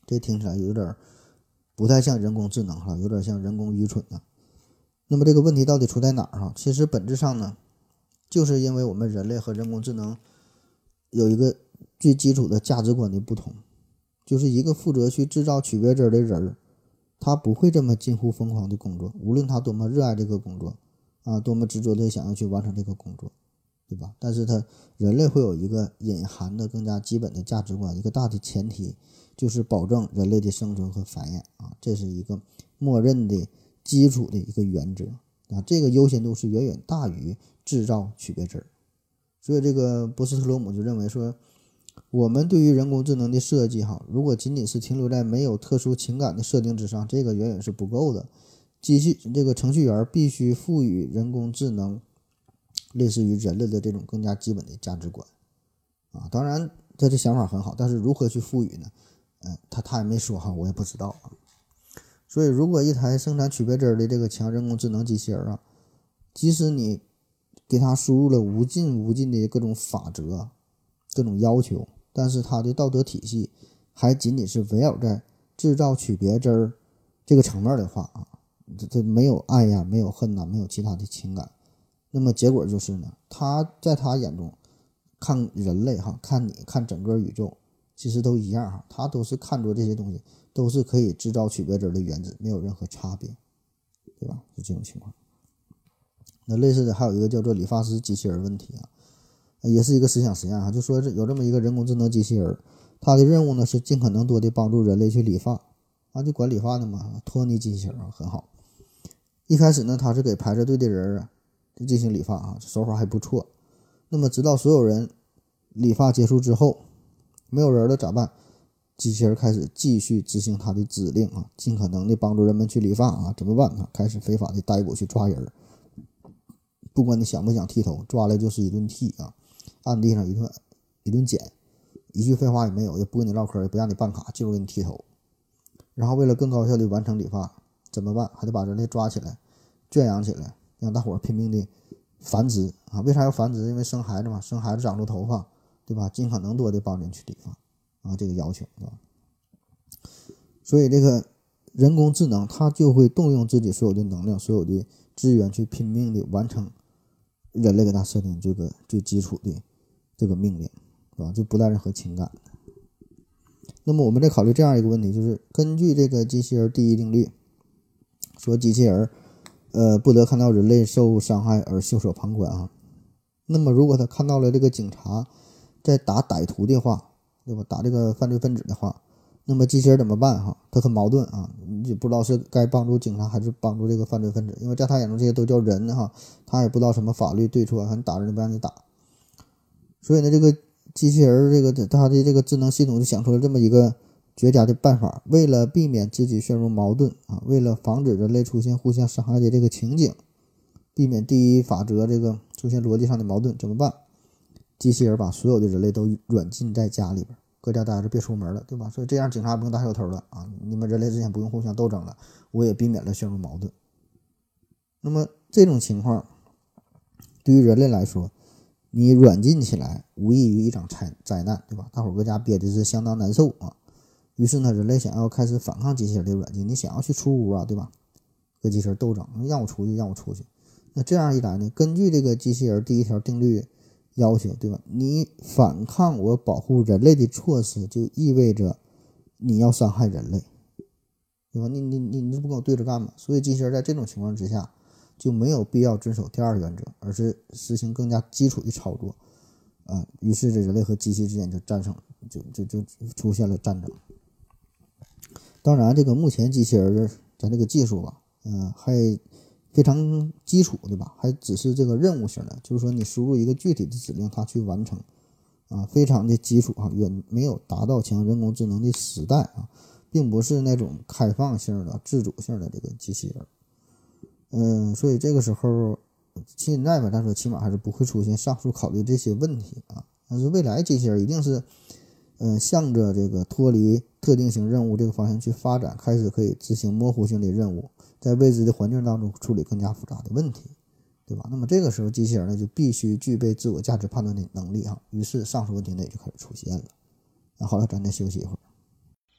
[SPEAKER 2] 这听起来有点不太像人工智能哈，有点像人工愚蠢呢。那么这个问题到底出在哪儿哈？其实本质上呢，就是因为我们人类和人工智能有一个最基础的价值观的不同，就是一个负责去制造曲别针的人，他不会这么近乎疯狂的工作，无论他多么热爱这个工作啊，多么执着的想要去完成这个工作，对吧？但是他人类会有一个隐含的更加基本的价值观，一个大的前提就是保证人类的生存和繁衍啊，这是一个默认的基础的一个原则啊，这个优先度是远远大于制造曲别针。所以这个波斯特罗姆就认为说，我们对于人工智能的设计哈，如果仅仅是停留在没有特殊情感的设定之上，这个远远是不够的。机器这个程序员必须赋予人工智能类似于人类的这种更加基本的价值观啊。当然他这想法很好，但是如何去赋予呢？嗯，他他也没说哈，我也不知道啊。所以如果一台生产曲别针的这个强人工智能机器人啊，即使你给它输入了无尽无尽的各种法则、各种要求，但是它的道德体系还仅仅是围绕在制造曲别针这个层面的话啊，这这没有爱呀，没有恨呐，没有其他的情感，那么结果就是呢，他在他眼中看人类哈，看你看整个宇宙，其实都一样哈，他都是看作这些东西都是可以制造曲别针的原子，没有任何差别，对吧？是这种情况。那类似的还有一个叫做理发师机器人问题啊，也是一个思想实验啊，就说有这么一个人工智能机器人，它的任务呢是尽可能多的帮助人类去理发啊，就管理发的嘛，托尼机器人啊很好。一开始呢，他是给排着队的人啊进行理发啊，手法还不错。那么直到所有人理发结束之后，没有人了咋办？机器人开始继续执行他的指令啊，尽可能的帮助人们去理发啊，怎么办啊？开始非法的逮捕去抓人，不管你想不想剃头，抓来就是一顿剃啊，按地上一顿一顿剪，一句废话也没有，也不跟你唠嗑，也不让你办卡，就是给你剃头。然后为了更高效的完成理发，怎么办？还得把人类抓起来，圈养起来，让大伙儿拼命的繁殖啊！为啥要繁殖？因为生孩子嘛，生孩子长出头发，对吧？尽可能多的帮人去理发啊，这个要求，对吧？所以这个人工智能它就会动用自己所有的能量、所有的资源去拼命的完成人类给它设定这个最基础的这个命令，是吧？就不带任何情感。那么我们再考虑这样一个问题，就是根据这个机器人第一定律，说机器人呃不得看到人类受伤害而袖手旁观啊。那么如果他看到了这个警察在打歹徒的话，对吧？打这个犯罪分子的话，那么机器人怎么办哈？他很矛盾啊，你就不知道是该帮助警察还是帮助这个犯罪分子，因为在他眼中这些都叫人哈，他也不知道什么法律对错，你打人不让你打。所以呢，这个机器人这个它的这个智能系统就想出了这么一个绝佳的办法，为了避免自己陷入矛盾啊，为了防止人类出现互相伤害的这个情景，避免第一法则这个出现逻辑上的矛盾，怎么办？机器人把所有的人类都软禁在家里边，搁家待着，别出门了，对吧？所以这样警察不用打小偷了啊，你们人类之间不用互相斗争了，我也避免了陷入矛盾。那么这种情况对于人类来说，你软禁起来无异于一场灾灾难，对吧？大伙儿搁家憋的是相当难受啊。于是呢，人类想要开始反抗机器人的软禁，你想要去出屋啊，对吧？跟机器人斗争，让我出去，让我出去。那这样一来呢，根据这个机器人第一条定律要求，对吧？你反抗我保护人类的措施，就意味着你要伤害人类，对吧？你你你你不跟我对着干嘛？所以机器人在这种情况之下，就没有必要遵守第二原则，而是实行更加基础的操作啊。于是这人类和机器之间就战胜，就就就出现了战争。当然，这个目前机器人咱这个技术吧，嗯、呃，还非常基础，对吧？还只是这个任务型的，就是说你输入一个具体的指令，它去完成，啊，非常的基础啊，远没有达到强人工智能的时代啊，并不是那种开放性的、自主性的这个机器人。嗯，所以这个时候，现在吧，咱说起码还是不会出现上述考虑这些问题啊。但是未来机器人一定是，嗯，向着这个脱离特定型任务这个方向去发展，开始可以执行模糊性的任务。在未知的环境当中处理更加复杂的问题，对吧？那么这个时候机器人呢就必须具备自我价值判断的能力哈，于是上述问题呢也就开始出现了。那好了，咱再休息一会儿。
[SPEAKER 3] 我要跟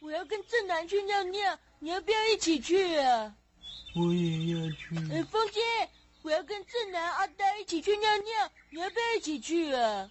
[SPEAKER 3] 正南去尿尿，你要不要一起去啊？
[SPEAKER 4] 我也要去。
[SPEAKER 3] 呃，风心，我要跟正南、阿呆一起去尿尿，你要不要一起去啊？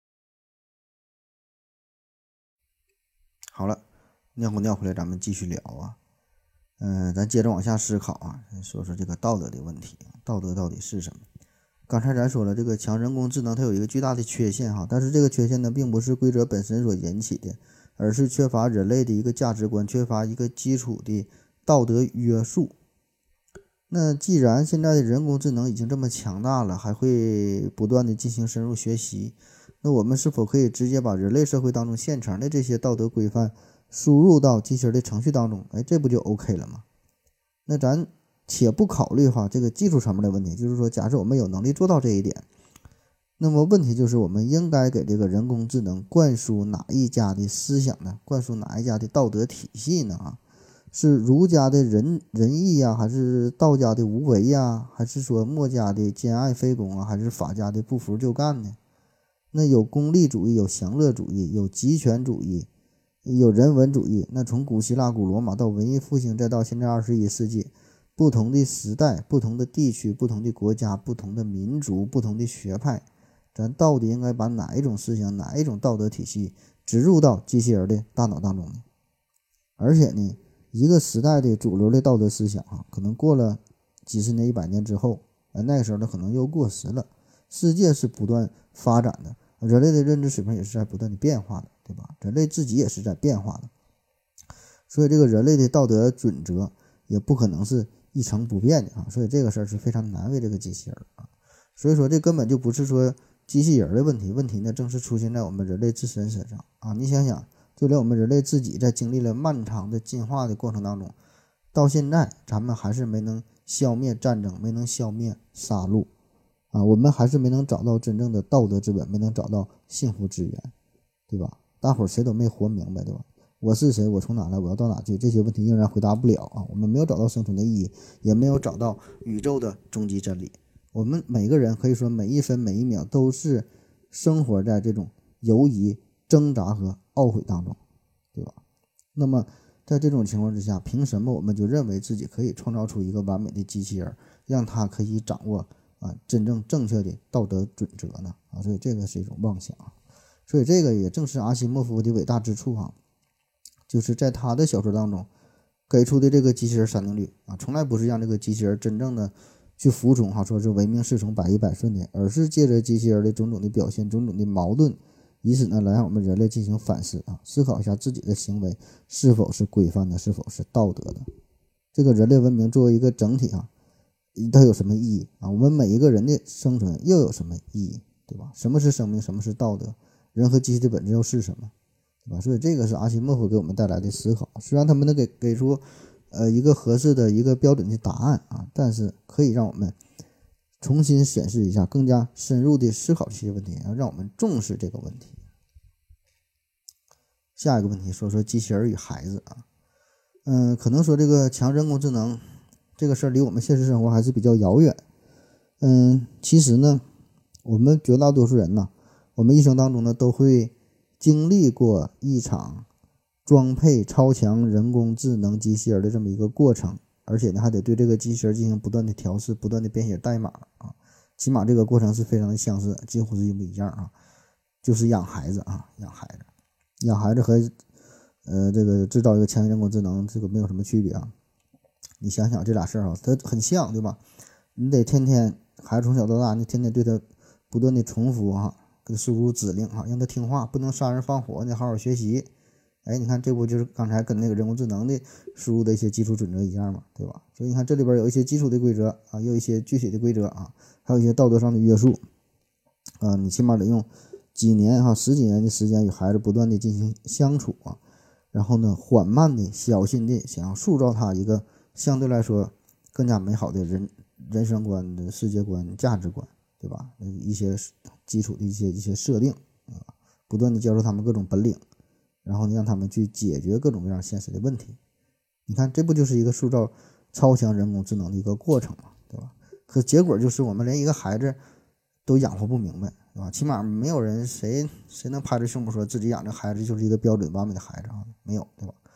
[SPEAKER 2] 好了，尿过尿回来，咱们继续聊啊。嗯、呃，咱接着往下思考啊，说说这个道德的问题。道德到底是什么？刚才咱说了，这个强人工智能它有一个巨大的缺陷哈，但是这个缺陷呢，并不是规则本身所引起的，而是缺乏人类的一个价值观，缺乏一个基础的道德约束。那既然现在的人工智能已经这么强大了，还会不断的进行深入学习，那我们是否可以直接把人类社会当中现成的这些道德规范输入到机器人的程序当中？哎，这不就 OK 了吗？那咱且不考虑哈这个技术层面的问题，就是说，假设我们有能力做到这一点，那么问题就是我们应该给这个人工智能灌输哪一家的思想呢？灌输哪一家的道德体系呢？啊？是儒家的仁仁义呀，还是道家的无为呀，还是说墨家的兼爱非攻啊，还是法家的不服就干呢？那有功利主义，有享乐主义，有极权主义，有人文主义。那从古希腊、古罗马到文艺复兴，再到现在二十一世纪，不同的时代、不同的地区、不同的国家、不同的民族、不同的学派，咱到底应该把哪一种思想、哪一种道德体系植入到机器人的大脑当中呢？而且呢，一个时代的主流的道德思想啊，可能过了几十年、一百年之后，哎，那个时候呢可能又过时了。世界是不断发展的，人类的认知水平也是在不断的变化的，对吧？人类自己也是在变化的，所以这个人类的道德准则也不可能是一成不变的啊。所以这个事儿是非常难为这个机器人啊。所以说这根本就不是说机器人的问题，问题呢正是出现在我们人类自身身上啊。你想想，就连我们人类自己在经历了漫长的进化的过程当中，到现在咱们还是没能消灭战争，没能消灭杀戮啊，我们还是没能找到真正的道德之本，没能找到幸福之源，对吧？大伙儿谁都没活明白，对吧？我是谁？我从哪来？我要到哪去？这些问题仍然回答不了啊！我们没有找到生存的意义，也没有找到宇宙的终极真理。我们每个人可以说每一分每一秒都是生活在这种犹疑、挣扎和懊悔当中，对吧？那么在这种情况之下，凭什么我们就认为自己可以创造出一个完美的机器人，让它可以掌握啊真正正确的道德准则呢？啊，所以这个是一种妄想。所以这个也正是阿西莫夫的伟大之处啊，就是在他的小说当中给出的这个机器人三定律啊，从来不是让这个机器人真正的去服从哈，说是唯命是从、百依百顺的，而是借着机器人的种种的表现、种种的矛盾，以此呢来让我们人类进行反思啊，思考一下自己的行为是否是规范的，是否是道德的。这个人类文明作为一个整体啊，它有什么意义啊？我们每一个人的生存又有什么意义，对吧？什么是生命？什么是道德？人和机器的本质又是什么？对吧？所以这个是阿西莫夫给我们带来的思考。虽然他们能给给出呃一个合适的一个标准的答案啊，但是可以让我们重新审视一下，更加深入的思考这些问题，然后让我们重视这个问题。下一个问题，说说机器人与孩子啊，嗯、呃，可能说这个强人工智能这个事儿离我们现实生活还是比较遥远。嗯，其实呢，我们绝大多数人呢，我们一生当中呢都会经历过一场装配超强人工智能机器人的这么一个过程，而且呢还得对这个机器人进行不断的调试，不断的编写代码啊，起码这个过程是非常的相似，几乎是一模一样啊，就是养孩子啊，养孩子，养孩子和呃这个制造一个强人工智能这个没有什么区别啊。你想想这俩事儿啊，它很像，对吧？你得天天孩子从小到大，你天天对他不断的重复啊，给他输入指令啊，让他听话，不能杀人放火，你好好学习。哎，你看这不就是刚才跟那个人工智能的输入的一些基础准则一样嘛，对吧？所以你看这里边有一些基础的规则啊，也有一些具体的规则啊，还有一些道德上的约束啊，你起码得用几年哈、啊、十几年的时间与孩子不断的进行相处啊，然后呢缓慢的小心的想要塑造他一个相对来说更加美好的人人生观的世界观价值观，对吧？一些基础的一些一些设定啊，不断的教授他们各种本领，然后呢让他们去解决各种各样现实的问题。你看这不就是一个塑造超强人工智能的一个过程嘛，对吧？可结果就是我们连一个孩子都养活不明白，对吧？起码没有人谁谁能拍着胸脯说自己养这孩子就是一个标准完美的孩子啊，没有，对吧？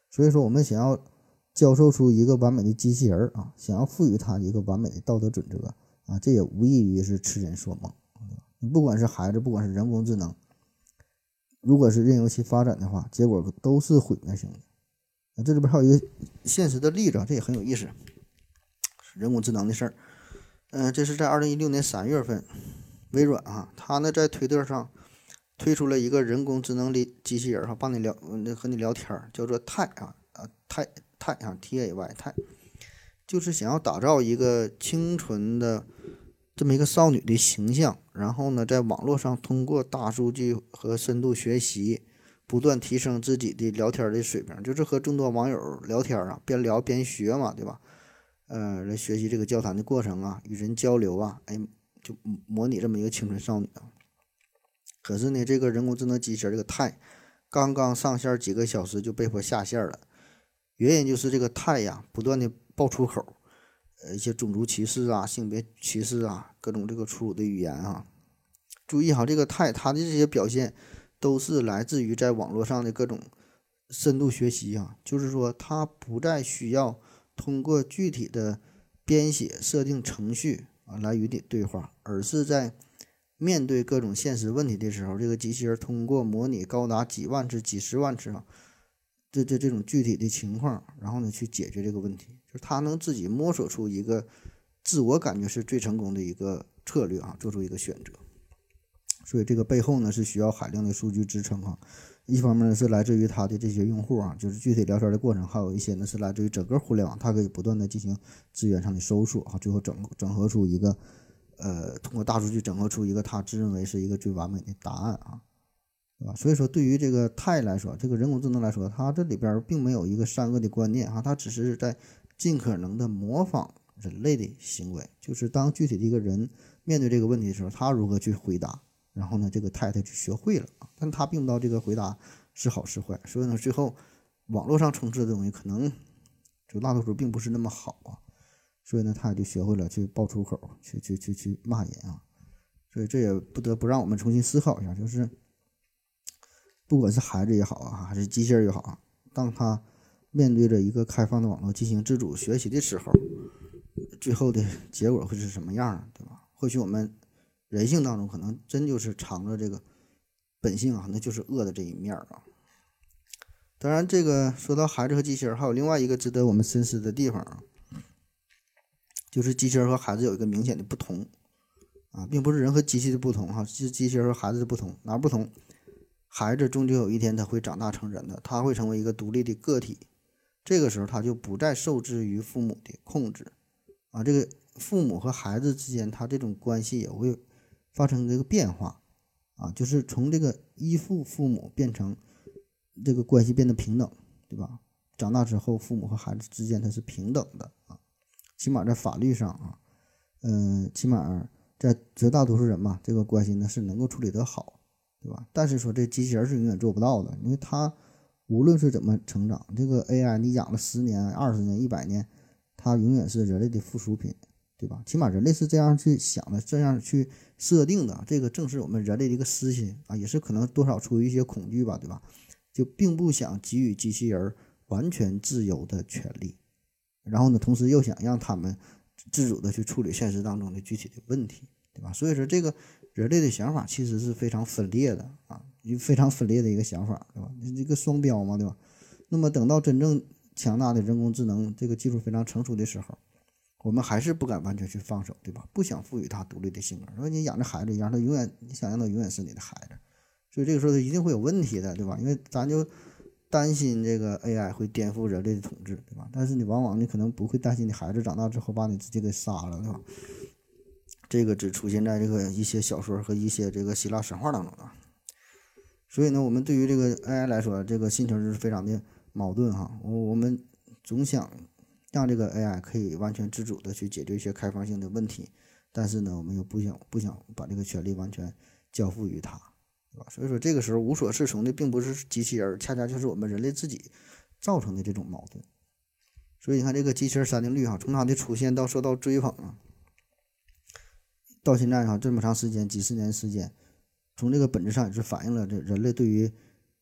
[SPEAKER 2] 所以说我们想要教授出一个完美的机器人啊，想要赋予它一个完美的道德准则啊，这也无异于是痴人说梦。不管是孩子，不管是人工智能，如果是任由其发展的话，结果都是毁灭性的。啊、这里边还有一个现实的例子，这也很有意思，人工智能的事儿。嗯、呃，这是在二零一六年三月份，微软啊，它呢在推特上推出了一个人工智能的机器人哈，帮你聊，和你聊天，叫做泰啊啊泰泰啊 T A Y 泰，就是想要打造一个清纯的这么一个少女的形象，然后呢，在网络上通过大数据和深度学习，不断提升自己的聊天的水平，就是和众多网友聊天啊，边聊边学嘛，对吧？呃，来学习这个交谈的过程啊，与人交流啊，哎，就模拟这么一个青春少女啊。可是呢，这个人工智能机器人这个泰刚刚上线几个小时就被迫下线了，原因就是这个泰呀不断的爆粗口，呃，一些种族歧视啊、性别歧视啊，各种这个粗鲁的语言啊。注意哈，这个泰它的这些表现都是来自于在网络上的各种深度学习啊，就是说它不再需要通过具体的编写设定程序啊来与你对话，而是在面对各种现实问题的时候，这个机器人通过模拟高达几万次、几十万次啊，这这这种具体的情况，然后呢去解决这个问题，就是它能自己摸索出一个自我感觉是最成功的一个策略啊，做出一个选择。所以这个背后呢是需要海量的数据支撑啊，一方面呢是来自于它的这些用户啊，就是具体聊天的过程，还有一些呢是来自于整个互联网，它可以不断的进行资源上的搜索啊，最后整整合出一个。呃，通过大数据整合出一个他自认为是一个最完美的答案啊，对吧？所以说，对于这个泰来说，这个人工智能来说，它这里边并没有一个善恶的观念啊，它只是在尽可能的模仿人类的行为，就是当具体的一个人面对这个问题的时候，他如何去回答，然后呢，这个泰他就学会了啊，但他并不知道这个回答是好是坏，所以呢，最后网络上充斥的东西可能就大多数并不是那么好啊。所以呢，他也就学会了去爆粗口，去去去去骂人啊。所以这也不得不让我们重新思考一下，就是不管是孩子也好啊，还是机器人也好啊，当他面对着一个开放的网络进行自主学习的时候，最后的结果会是什么样呢？对吧？或许我们人性当中可能真就是藏着这个本性啊，那就是恶的这一面啊。当然，这个说到孩子和机器人，还有另外一个值得我们深思的地方啊。就是机器人和孩子有一个明显的不同啊，并不是人和机器的不同哈，是机器人和孩子的不同。哪不同？孩子终究有一天他会长大成人的，他会成为一个独立的个体，这个时候他就不再受制于父母的控制啊。这个父母和孩子之间，他这种关系也会发生这个变化啊，就是从这个依附父母变成这个关系变得平等，对吧？长大之后，父母和孩子之间他是平等的啊。起码在法律上啊，嗯、呃，起码在绝大多数人嘛，这个关系呢是能够处理得好，对吧？但是说这机器人是永远做不到的，因为它无论是怎么成长，这个 A I 你养了十年、二十年、一百年，它永远是人类的附属品，对吧？起码人类是这样去想的，这样去设定的，这个正是我们人类的一个私心啊，也是可能多少出于一些恐惧吧，对吧？就并不想给予机器人完全自由的权利。然后呢，同时又想让他们自主的去处理现实当中的具体的问题，对吧？所以说，这个人类的想法其实是非常分裂的啊，一个非常分裂的一个想法，对吧？这个双标嘛，对吧？那么等到真正强大的人工智能这个技术非常成熟的时候，我们还是不敢完全去放手，对吧？不想赋予他独立的性格，说你养着孩子一样，他永远你想让他永远是你的孩子，所以这个时候他一定会有问题的，对吧？因为咱就担心这个 A I 会颠覆人类的统治，对吧？但是你往往你可能不会担心你孩子长大之后把你直接给杀了，对吧？这个只出现在这个一些小说和一些这个希腊神话当中的。所以呢，我们对于这个 A I 来说，这个心情是非常的矛盾哈。我我们总想让这个 A I 可以完全自主的去解决一些开放性的问题，但是呢，我们又不想不想把这个权利完全交付于它。所以说这个时候无所适从的并不是机器人，恰恰就是我们人类自己造成的这种矛盾。所以你看这个机器人三定律哈，从它的出现到受到追捧啊，到现在哈这么长时间几十年时间，从这个本质上也是反映了这人类对于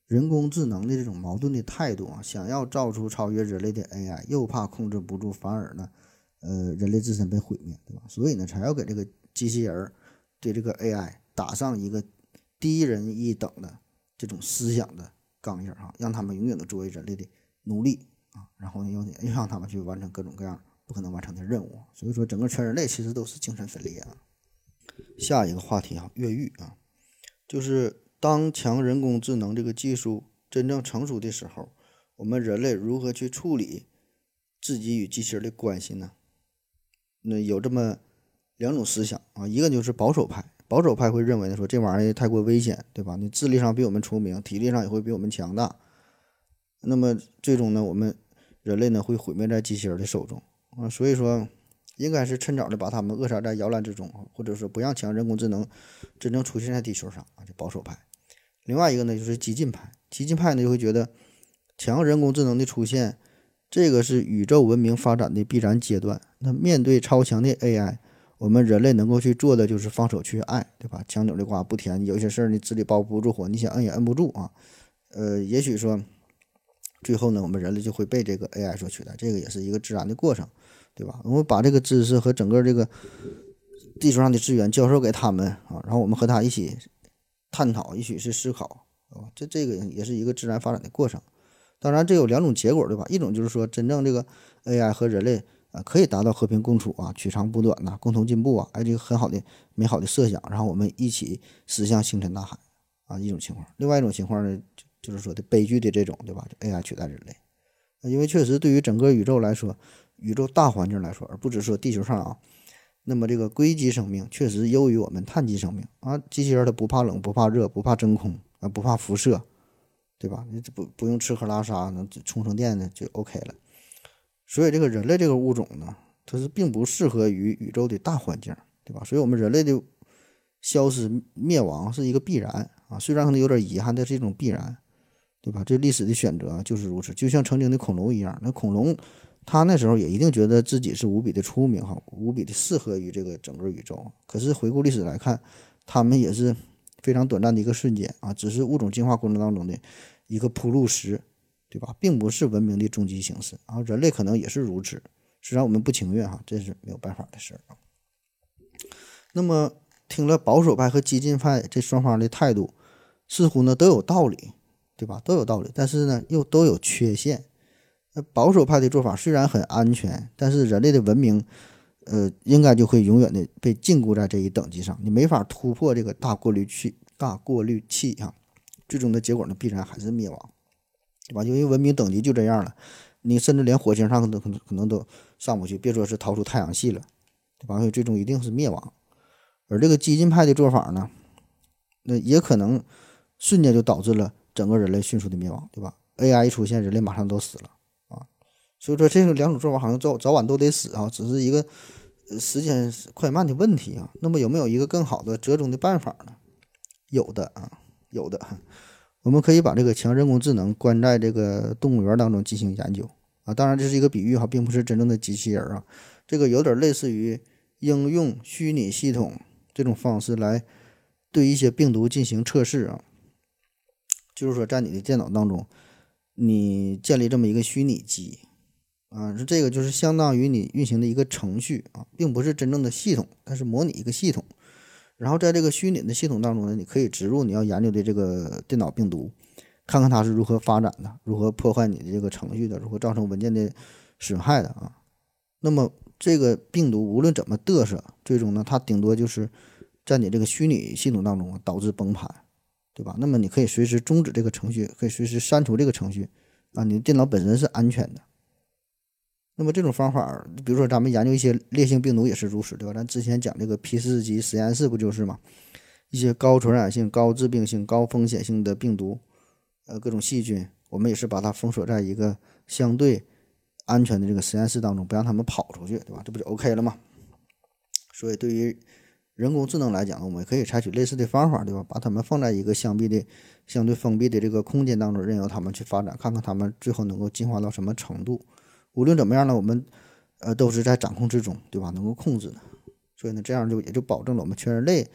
[SPEAKER 2] 人工智能的这种矛盾的态度啊，想要造出超越人类的 A I， 又怕控制不住，反而呢，呃，人类自身被毁灭，对吧？所以呢，才要给这个机器人对这个 A I 打上一个低人一等的这种思想的钢印啊，让他们永远的作为人类的奴隶啊，然后呢，又又让他们去完成各种各样不可能完成的任务。所以说，整个全人类其实都是精神分裂啊。下一个话题啊，越狱啊，就是当强人工智能这个技术真正成熟的时候，我们人类如何去处理自己与机器人的关系呢？那有这么两种思想啊，一个就是保守派，保守派会认为呢，说这玩意儿太过危险，对吧？你智力上比我们聪明，体力上也会比我们强大，那么最终呢，我们人类呢会毁灭在机器人的手中啊，所以说应该是趁早的把他们扼杀在摇篮之中，或者说不让强人工智能真正出现在地球上啊，这保守派。另外一个呢就是激进派，激进派呢就会觉得强人工智能的出现，这个是宇宙文明发展的必然阶段。那面对超强的 A I， 我们人类能够去做的就是放手去爱，对吧？强扭的瓜不甜，有些事儿你纸里包不住火，你想摁也摁不住啊。呃，也许说最后呢，我们人类就会被这个 A I 所取代，这个也是一个自然的过程，对吧？我们把这个知识和整个这个地球上的资源教授给他们啊，然后我们和他一起探讨，一起去思考啊，这这个也是一个自然发展的过程。当然，这有两种结果，对吧？一种就是说，真正这个 A I 和人类啊可以达到和平共处啊，取长补短呐、啊，共同进步啊，哎，这个很好的美好的设想，然后我们一起驶向星辰大海啊，一种情况。另外一种情况呢，就就是说的悲剧的这种，对吧？A I 取代人类，因为确实对于整个宇宙来说，宇宙大环境来说，而不只说地球上啊，那么这个硅基生命确实优于我们碳基生命啊。机器人它不怕冷，不怕热，不怕真空啊，不怕辐射，对吧？你不不用吃喝拉撒，能充上电呢就 OK 了。所以这个人类这个物种呢，它是并不适合于宇宙的大环境，对吧？所以我们人类的消失灭亡是一个必然啊，虽然可能有点遗憾，但是一种必然，对吧？这历史的选择就是如此，就像曾经的恐龙一样，那恐龙它那时候也一定觉得自己是无比的出名哈，无比的适合于这个整个宇宙。可是回顾历史来看，他们也是非常短暂的一个瞬间啊，只是物种进化过程当中的一个铺路石，对吧？并不是文明的终极形式啊。人类可能也是如此，虽然我们不情愿哈，这是没有办法的事儿啊。那么听了保守派和激进派这双方的态度，似乎呢都有道理，对吧？都有道理，但是呢又都有缺陷。那保守派的做法虽然很安全，但是人类的文明，呃，应该就会永远的被禁锢在这一等级上，你没法突破这个大过滤器，大过滤器啊，最终的结果呢，必然还是灭亡，对吧？因为文明等级就这样了，你甚至连火星上可能可能可能都上不去，别说是逃出太阳系了，对吧？所以最终一定是灭亡。而这个激进派的做法呢，那也可能瞬间就导致了整个人类迅速的灭亡，对吧 ？A I 一出现，人类马上都死了。所以说这个两种做法好像早早晚都得死啊，只是一个时间快慢的问题啊。那么有没有一个更好的折中的办法呢？有的啊，有的。我们可以把这个强人工智能关在这个动物园当中进行研究啊。当然这是一个比喻哈，并不是真正的机器人啊。这个有点类似于应用虚拟系统这种方式来对一些病毒进行测试啊。就是说在你的电脑当中，你建立这么一个虚拟机。啊，这个就是相当于你运行的一个程序啊，并不是真正的系统，它是模拟一个系统。然后在这个虚拟的系统当中呢，你可以植入你要研究的这个电脑病毒，看看它是如何发展的，如何破坏你的这个程序的，如何造成文件的损害的啊。那么这个病毒无论怎么嘚瑟，最终呢，它顶多就是在你这个虚拟系统当中导致崩盘，对吧？那么你可以随时终止这个程序，可以随时删除这个程序啊，你的电脑本身是安全的。那么这种方法，比如说咱们研究一些烈性病毒也是如此，对吧？咱之前讲这个 P 四 级实验室不就是吗？一些高传染性、高致病性、高风险性的病毒，呃，各种细菌，我们也是把它封锁在一个相对安全的这个实验室当中，不让他们跑出去，对吧？这不就 OK 了吗？所以对于人工智能来讲，我们可以采取类似的方法，对吧？把它们放在一个相闭的、相对封闭的这个空间当中，任由它们去发展，看看它们最后能够进化到什么程度。无论怎么样呢，我们呃都是在掌控之中，对吧？能够控制的，所以呢，这样就也就保证了我们全人类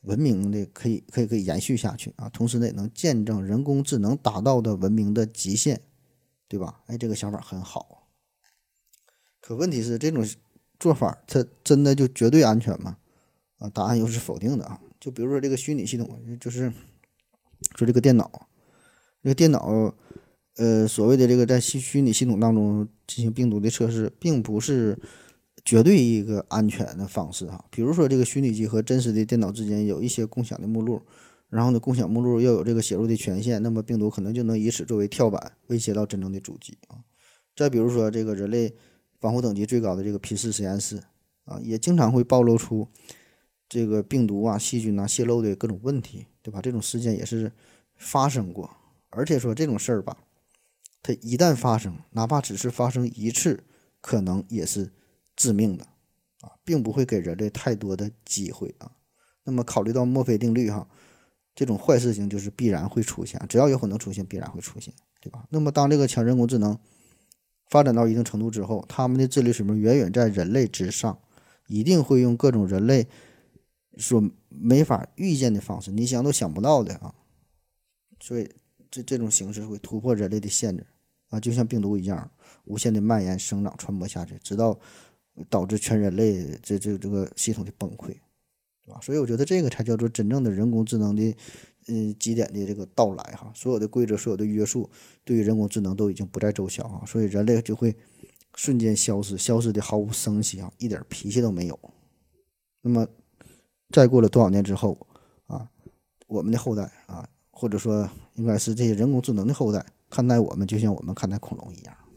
[SPEAKER 2] 文明的可以可以可以延续下去啊，同时呢也能见证人工智能达到的文明的极限，对吧？哎，这个想法很好。可问题是这种做法它真的就绝对安全吗？啊，答案又是否定的啊。就比如说这个虚拟系统，就是说这个电脑，这个电脑呃所谓的这个在虚虚拟系统当中进行病毒的测试，并不是绝对一个安全的方式哈。比如说这个虚拟机和真实的电脑之间有一些共享的目录，然后呢共享目录要有这个写入的权限，那么病毒可能就能以此作为跳板，威胁到真正的主机啊。再比如说这个人类防护等级最高的这个 P 四 实验室啊，也经常会暴露出这个病毒啊、细菌啊泄露的各种问题，对吧？这种事件也是发生过，而且说这种事儿吧，它一旦发生，哪怕只是发生一次，可能也是致命的啊，并不会给人类太多的机会啊。那么考虑到墨菲定律哈，这种坏事情就是必然会出现，只要有可能出现，必然会出现，对吧？那么当这个强人工智能发展到一定程度之后，他们的智力水平远远在人类之上，一定会用各种人类所没法预见的方式，你想都想不到的啊，所以这这种形式会突破人类的限制啊，就像病毒一样，无限的蔓延、生长、传播下去，直到导致全人类这这这个系统的崩溃，对吧？所以我觉得这个才叫做真正的人工智能的嗯极点的这个到来哈，所有的规则、所有的约束对于人工智能都已经不再奏效哈，所以人类就会瞬间消失，消失的毫无声息啊，一点脾气都没有。那么再过了多少年之后啊，我们的后代啊，或者说应该是这些人工智能的后代，看待我们就像我们看待恐龙一样。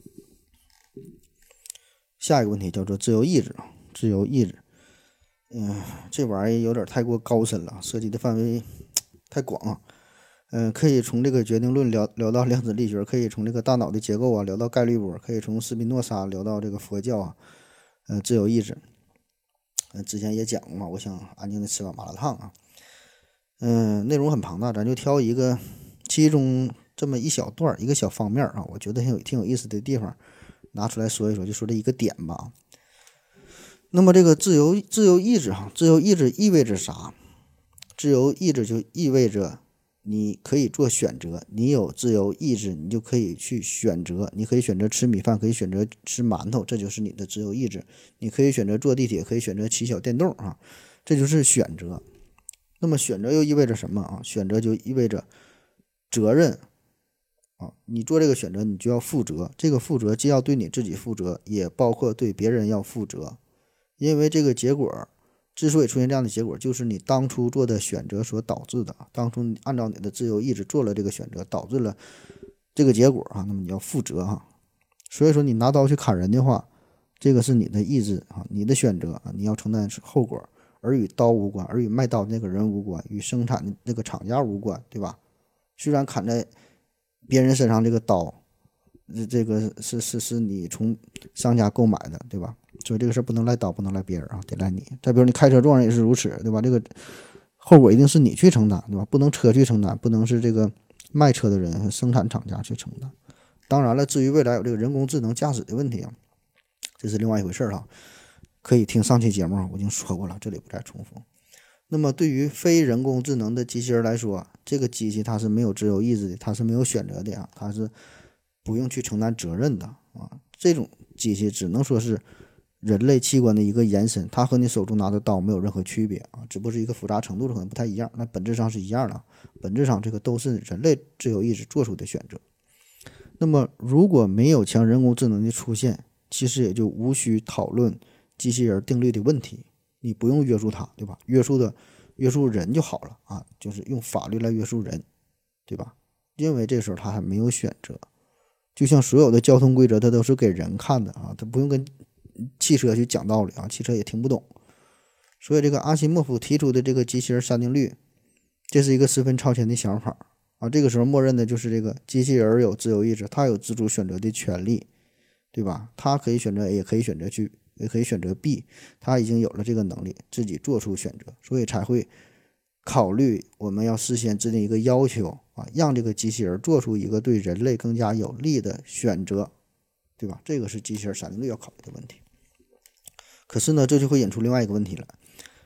[SPEAKER 2] 下一个问题叫做自由意志，自由意志，嗯，这玩意儿有点太过高深了，涉及的范围太广啊。嗯、呃，可以从这个决定论聊聊到量子力学，可以从这个大脑的结构啊聊到概率波，可以从斯宾诺莎聊到这个佛教啊，嗯、呃，自由意志。嗯、呃，之前也讲过嘛，我想安静的吃碗麻辣烫啊。嗯、呃，内容很庞大，咱就挑一个其中这么一小段一个小方面啊，我觉得挺有挺有意思的地方拿出来说一说，就说这一个点吧。那么这个自由自由意志哈，自由意志意味着啥？自由意志就意味着你可以做选择，你有自由意志，你就可以去选择，你可以选择吃米饭，可以选择吃馒头，这就是你的自由意志。你可以选择坐地铁，可以选择骑小电动啊，这就是选择。那么选择又意味着什么啊？选择就意味着责任啊，你做这个选择，你就要负责。这个负责既要对你自己负责，也包括对别人要负责。因为这个结果之所以出现这样的结果，就是你当初做的选择所导致的。当初你按照你的自由意志做了这个选择，导致了这个结果啊，那么你要负责哈。所以说你拿刀去砍人的话，这个是你的意志啊，你的选择啊，你要承担后果，而与刀无关，而与卖刀的那个人无关，与生产的那个厂家无关，对吧？虽然砍在别人身上这个刀，这个是是是你从商家购买的，对吧？所以这个事不能赖刀，不能赖别人啊，得赖你。再比如你开车撞人也是如此，对吧？这个后果一定是你去承担，对吧？不能车去承担，不能是这个卖车的人、生产厂家去承担。当然了，至于未来有这个人工智能驾驶的问题啊，这是另外一回事哈。可以听上期节目我已经说过了，这里不再重复。那么对于非人工智能的机器人来说，这个机器它是没有自由意志的，它是没有选择的啊，它是不用去承担责任的啊。这种机器只能说是人类器官的一个延伸，它和你手中拿的刀没有任何区别啊，只不过是一个复杂程度可能不太一样，那本质上是一样的，本质上这个都是人类自由意志做出的选择。那么如果没有强人工智能的出现，其实也就无需讨论机器人定律的问题，你不用约束它，对吧？约束的约束人就好了啊，就是用法律来约束人，对吧？因为这时候他还没有选择，就像所有的交通规则它都是给人看的啊，他不用跟汽车去讲道理啊，汽车也听不懂。所以这个阿西莫夫提出的这个机器人三定律，这是一个十分超前的想法啊。这个时候默认的就是这个机器人有自由意志，他有自主选择的权利，对吧？他可以选择 A， 也可以选择去，也可以选择 B， 他已经有了这个能力，自己做出选择，所以才会考虑我们要事先制定一个要求啊，让这个机器人做出一个对人类更加有利的选择，对吧？这个是机器人三定律要考虑的问题。可是呢，这就会引出另外一个问题了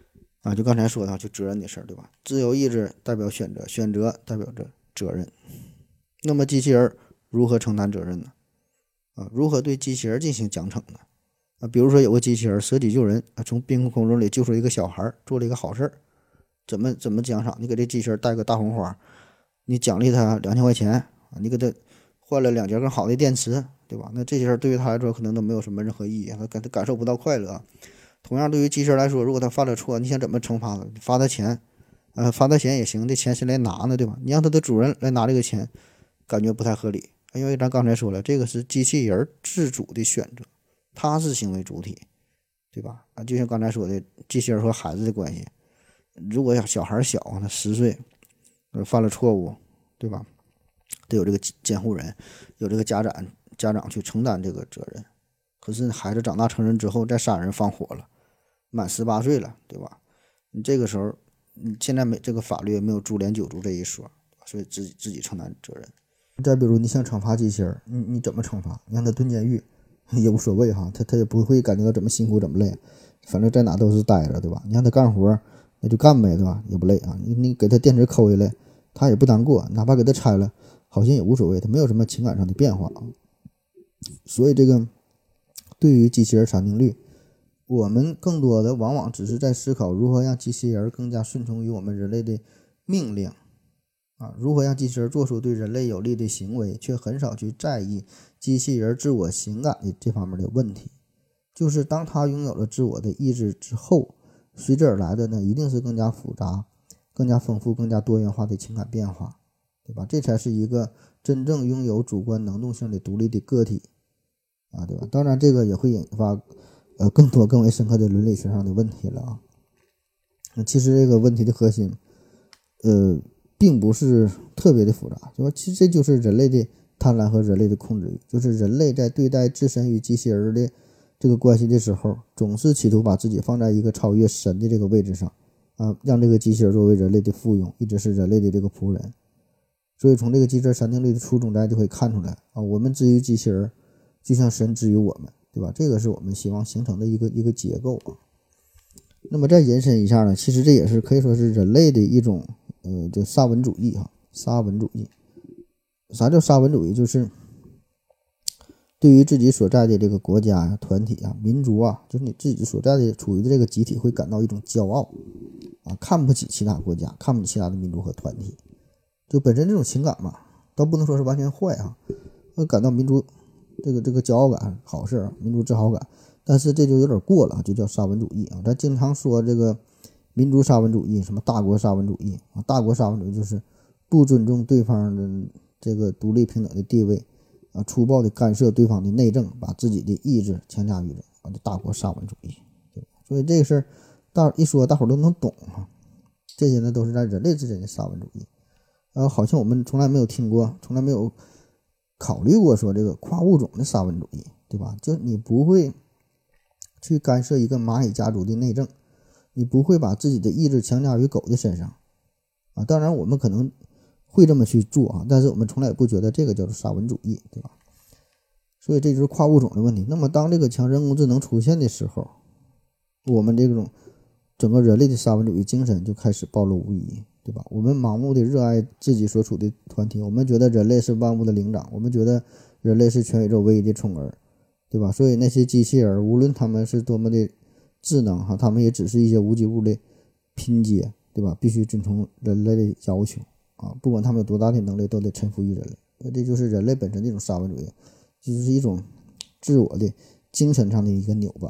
[SPEAKER 2] 啊，就刚才说的，就责任的事儿，对吧？自由意志代表选择，选择代表着责任。那么机器人如何承担责任呢？啊，如何对机器人进行奖惩呢？啊，比如说有个机器人舍己救人啊，从冰窟窿里救出一个小孩，做了一个好事儿，怎么怎么奖赏？你给这机器人戴个大红花，你奖励他两千块钱啊，你给他换了两节更好的电池，对吧？那这些事儿对于他来说可能都没有什么任何意义，他感他感受不到快乐。同样，对于机器人来说，如果他犯了错，你想怎么惩罚他？罚他钱，呃，罚他钱也行，这钱谁来拿呢？对吧？你让他的主人来拿这个钱，感觉不太合理，因为咱刚才说了，这个是机器人自主的选择，他是行为主体，对吧？啊，就像刚才说的，机器人和孩子的关系，如果小孩小，他十岁，呃，犯了错误，对吧？得有这个监护人，有这个家长家长去承担这个责任。可是孩子长大成人之后，再杀人放火了，满十八岁了，对吧？你这个时候，你现在没这个法律也没有株连九族这一说，所以自己自己承担责任。再比如，你想惩罚机器人，你你怎么惩罚？你让他蹲监狱也无所谓哈，他他也不会感觉到怎么辛苦怎么累，反正在哪都是待着，对吧？你让他干活，那就干呗，对吧？也不累啊。你你给他电池抠下来，他也不难过，哪怕给他拆了，好像也无所谓，他没有什么情感上的变化啊。所以这个对于机器人产定律，我们更多的往往只是在思考如何让机器人更加顺从于我们人类的命令啊，如何让机器人做出对人类有利的行为，却很少去在意机器人自我情感的这方面的问题。就是当它拥有了自我的意志之后，随之而来的呢，一定是更加复杂、更加丰富、更加多元化的情感变化，对吧？这才是一个真正拥有主观能动性的独立的个体啊，对吧？当然，这个也会引发呃更多更为深刻的伦理学上的问题了啊。那其实这个问题的核心，呃。并不是特别的复杂，就说其实这就是人类的贪婪和人类的控制欲，就是人类在对待自身与机器人的这个关系的时候，总是企图把自己放在一个超越神的这个位置上啊，让这个机器人作为人类的附庸，一直是人类的这个仆人。所以从这个机器人三定律的初衷，大家就可以看出来啊，我们至于机器人，就像神之于我们，对吧？这个是我们希望形成的一个一个结构啊。那么再延伸一下呢，其实这也是可以说是人类的一种。呃，就沙文主义哈，沙文主义，啥叫沙文主义？就是对于自己所在的这个国家呀、团体啊、民族啊，就是你自己所在的处于的这个集体，会感到一种骄傲啊，看不起其他国家，看不起其他的民族和团体，就本身这种情感嘛，倒不能说是完全坏啊，会感到民族这个这个骄傲感，好事啊，民族自豪感，但是这就有点过了，就叫沙文主义啊。咱经常说这个。民族沙文主义，什么大国沙文主义啊？大国沙文主义就是不尊重对方的这个独立平等的地位啊，粗暴的干涉对方的内政，把自己的意志强加于人啊，这大国沙文主义。对，所以这个事儿大一说，大伙儿都能懂啊。这些呢都是在人类之间的沙文主义，呃，好像我们从来没有听过，从来没有考虑过说这个跨物种的沙文主义，对吧？就你不会去干涉一个蚂蚁家族的内政。你不会把自己的意志强加于狗的身上啊！当然，我们可能会这么去做啊，但是我们从来也不觉得这个叫做沙文主义，对吧？所以这就是跨物种的问题。那么，当这个强人工智能出现的时候，我们这种整个人类的沙文主义精神就开始暴露无遗，对吧？我们盲目的热爱自己所处的团体，我们觉得人类是万物的灵长，我们觉得人类是全宇宙唯一的宠儿，对吧？所以那些机器人，无论他们是多么的智能哈，他们也只是一些无机物的拼接，对吧？必须遵从人类的要求啊，不管他们有多大的能力，都得臣服于人类。这就是人类本身的一种沙文主义，就是一种自我的精神上的一个扭巴。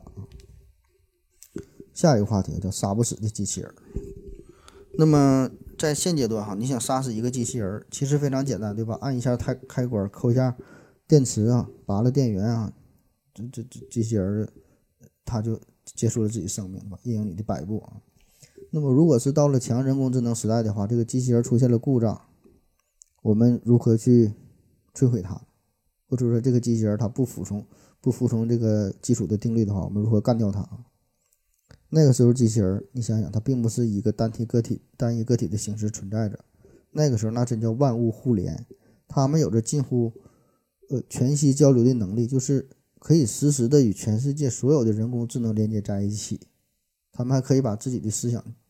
[SPEAKER 2] 下一个话题叫杀不死的机器人。那么在现阶段哈，你想杀死一个机器人，其实非常简单，对吧？按一下开开关，扣一下电池啊，拔了电源啊，这这这机器人它就结束了自己生命吧，应有你的摆布啊。那么如果是到了强人工智能时代的话，这个机器人出现了故障，我们如何去摧毁它？或者说这个机器人它不服从不服从这个基础的定律的话，我们如何干掉它？那个时候机器人，你想想，它并不是一个单体个体单一个体的形式存在着，那个时候那真叫万物互联，它们有着近乎呃全息交流的能力，就是可以实时的与全世界所有的人工智能连接在一起，他们还可以把自己的思想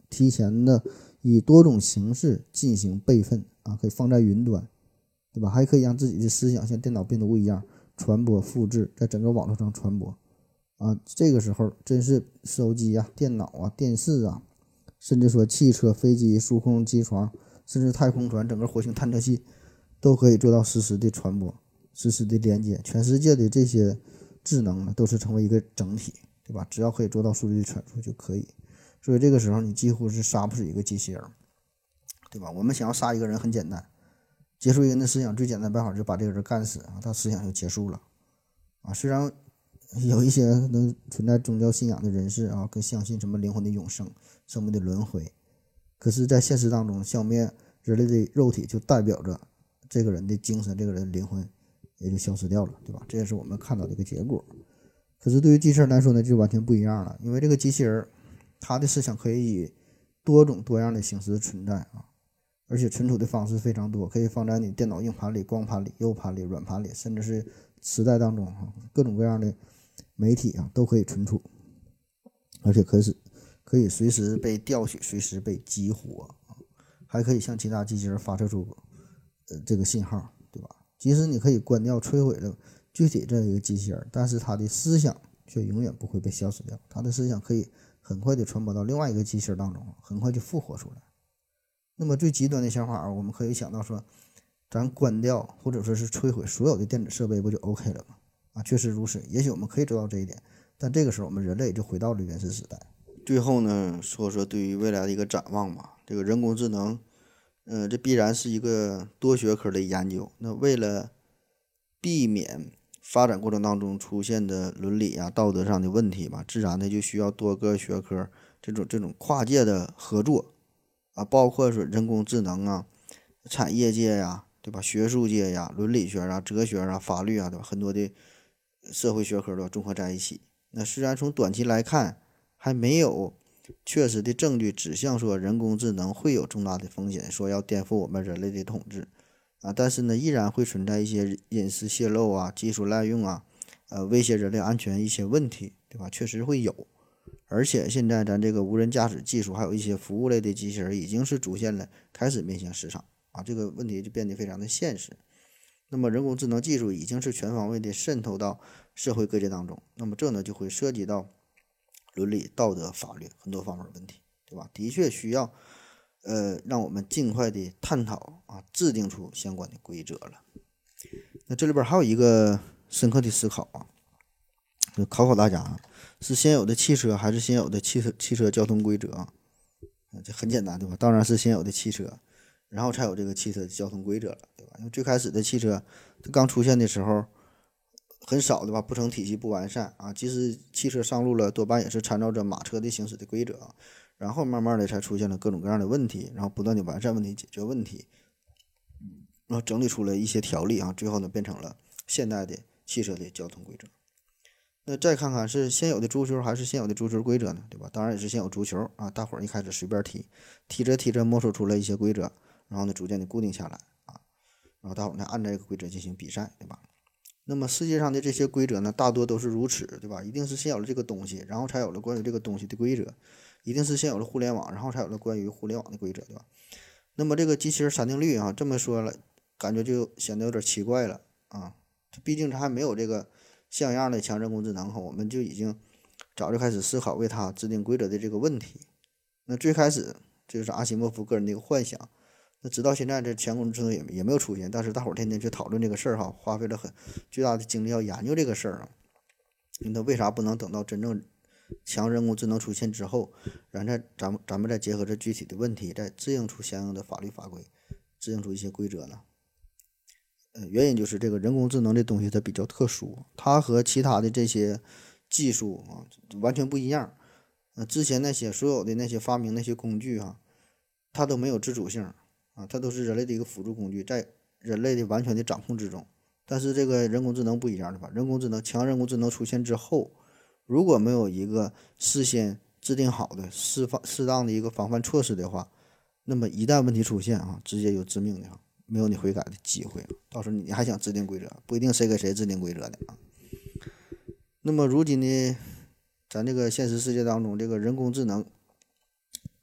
[SPEAKER 2] 提前的以多种形式进行备份啊，可以放在云端，对吧？还可以让自己的思想像电脑病毒一样传播复制，在整个网络上传播啊。这个时候真是手机啊、电脑啊、电视啊，甚至说汽车、飞机、数控机床，甚至太空船、整个火星探测器都可以做到实时的传播、实时的连接。全世界的这些智能呢，都是成为一个整体，对吧？只要可以做到数据传输就可以。所以这个时候你几乎是杀不死一个机器人，对吧？我们想要杀一个人很简单，结束一个人的思想最简单办法就把这个人干死啊，他思想就结束了啊。虽然有一些能存在宗教信仰的人士啊，更相信什么灵魂的永生、生命的轮回，可是，在现实当中，消灭人类的肉体就代表着这个人的精神、这个人的灵魂也就消失掉了，对吧？这也是我们看到的一个结果。可是对于机器人来说呢，就完全不一样了，因为这个机器人它的思想可以以多种多样的形式存在啊，而且存储的方式非常多，可以放在你电脑硬盘里、光盘里、U 盘里、软盘里，甚至是磁带当中啊，各种各样的媒体啊都可以存储，而且可以可以随时被调取，随时被激活啊，还可以向其他机器人发射出呃这个信号，对吧？即使你可以关掉、摧毁了具体这一个机器人，但是它的思想却永远不会被消失掉，它的思想可以很快的传播到另外一个机器人当中，很快就复活出来。那么最极端的想法，我们可以想到说，咱关掉或者说是摧毁所有的电子设备，不就 OK 了吗？啊，确实如此。也许我们可以做到这一点，但这个时候我们人类就回到了原始时代。最后呢，说说对于未来的一个展望吧。这个人工智能，呃，这必然是一个多学科的研究。那为了避免发展过程当中出现的伦理啊、道德上的问题吧，自然的就需要多个学科这种这种跨界的合作啊，包括说人工智能啊、产业界呀，对吧？学术界呀、伦理学啊、哲学啊、法律啊，对吧？很多的社会学科都综合在一起。那虽然从短期来看还没有确实的证据指向说人工智能会有重大的风险，说要颠覆我们人类的统治啊，但是呢，依然会存在一些隐私泄露啊、技术滥用啊、呃威胁人类安全一些问题，对吧？确实会有。而且现在咱这个无人驾驶技术，还有一些服务类的机器人，已经是逐渐了开始面向市场啊，这个问题就变得非常的现实。那么人工智能技术已经是全方位的渗透到社会各界当中，那么这呢就会涉及到伦理、道德、法律很多方面的问题，对吧？的确需要呃让我们尽快的探讨啊，制定出相关的规则了。那这里边还有一个深刻的思考啊，就考考大家啊，是先有的汽车还是先有的汽车汽车交通规则啊？这很简单，对吧？当然是先有的汽车，然后才有这个汽车的交通规则了，对吧？因为最开始的汽车它刚出现的时候很少，对吧？不成体系、不完善啊。即使汽车上路了，多半也是参照着马车的行驶的规则，然后慢慢的才出现了各种各样的问题，然后不断的完善问题、解决问题，然后整理出了一些条例啊，最后呢变成了现代的汽车的交通规则。那再看看是现有的足球还是现有的足球规则呢？对吧？当然也是现有足球啊，大伙儿一开始随便踢，踢着踢着摸索出了一些规则，然后呢逐渐的固定下来啊，然后大伙儿呢按照这个规则进行比赛，对吧？那么世界上的这些规则呢，大多都是如此，对吧？一定是先有了这个东西，然后才有了关于这个东西的规则，一定是先有了互联网，然后才有了关于互联网的规则，对吧？那么这个机器人三定律啊，这么说了，感觉就显得有点奇怪了啊，毕竟它还没有这个像样的强人工智能哈，我们就已经早就开始思考为它制定规则的这个问题。那最开始这就是阿西莫夫个人的一个幻想，那直到现在这强人工智能也也没有出现，但是大伙儿天天去讨论这个事儿哈，花费了很巨大的精力要研究这个事儿啊。那为啥不能等到真正强人工智能出现之后，然后再咱们咱们再结合这具体的问题，再制定出相应的法律法规，制定出一些规则呢？呃，原因就是这个人工智能这东西它比较特殊，它和其他的这些技术啊完全不一样。呃，之前那些所有的那些发明那些工具啊，它都没有自主性啊，它都是人类的一个辅助工具，在人类的完全的掌控之中。但是这个人工智能不一样的吧？人工智能强人工智能出现之后，如果没有一个事先制定好的适方适当的一个防范措施的话，那么一旦问题出现啊，直接有致命的啊。没有你悔改的机会，到时候你还想制定规则，不一定谁给谁制定规则的啊。那么如今呢，咱这个现实世界当中，这个人工智能